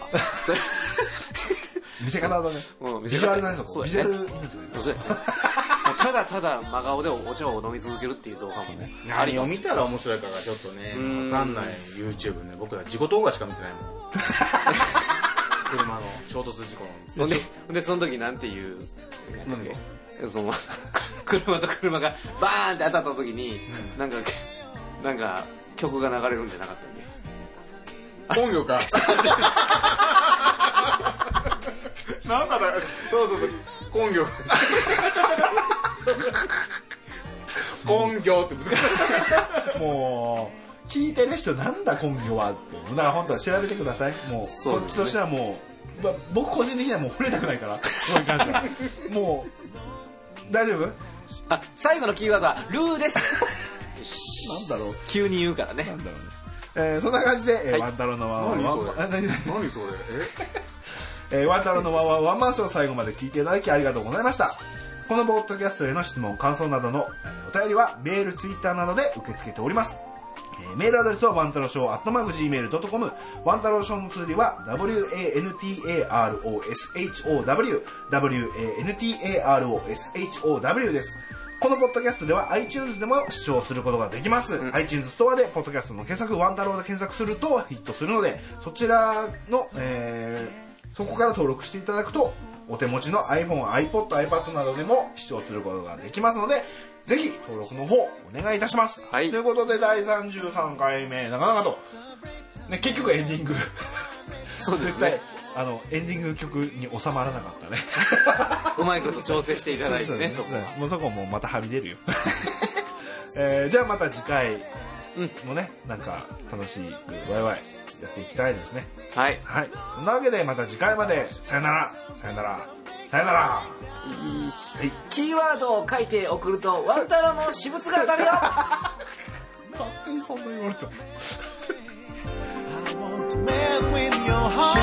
見せ方だね。ビジュアルだね、そこ。ビジュアルいいですね。 ただただ真顔でお茶を飲み続けるっていう動画もね。 何を見たら面白いかがちょっとね分かんない。 YouTube ね、僕ら事故動画しか見てないもん。車の衝突事故の。 でその時なんていうその車と車がバーンって当たった時に、なんか曲が流れるんじゃなかったっけ。 本業か。なんかだ、そう根業。根業って難しい。 もう聞いてる人なんだ根業はって。だから本当は調べてください。もうこっちとしてはもう、僕個人的にはもう触れたくないから。そういう感じ。もう大丈夫？ 最後のキーワードはルーです。 なんだろう。 急に言うからね。 なんだろうね。そんな感じで、ワンタロウのワンワン。 何それ？ ワンタロウのワンワンワンマンション、最後まで聞いていただきありがとうございました。このポッドキャストへの質問、感想などのお便りはメール、ツイッターなどで受け付けております。メールアドレスはワンタロウショー@gmail.com、ワンタロウショーの綴りは WANTAROSHOW、WANTAROSHOW です。このポッドキャストでは iTunes でも視聴することができます。iTunes ストアでポッドキャストの検索、ワンタロウで検索するとヒットするので、そちらの、そこから登録していただくと、お手持ちの iPhone、iPod、iPad などでも視聴することができますので、ぜひ登録の方お願いいたします。ということで第33回目、なかなかと、ね、結局エンディングそうですね。 エンディング曲に収まらなかったねうまいこと調整していただいてね。 もうそこもまたはみ出るよじゃあまた次回もね、なんか楽しいワイワイやっていきたいですね。 はい、 はい、そんなわけでまた次回までさよならさよならさよなら。はい、 キーワードを書いて送るとワンタロの私物が当たるよ勝手にそんな言われても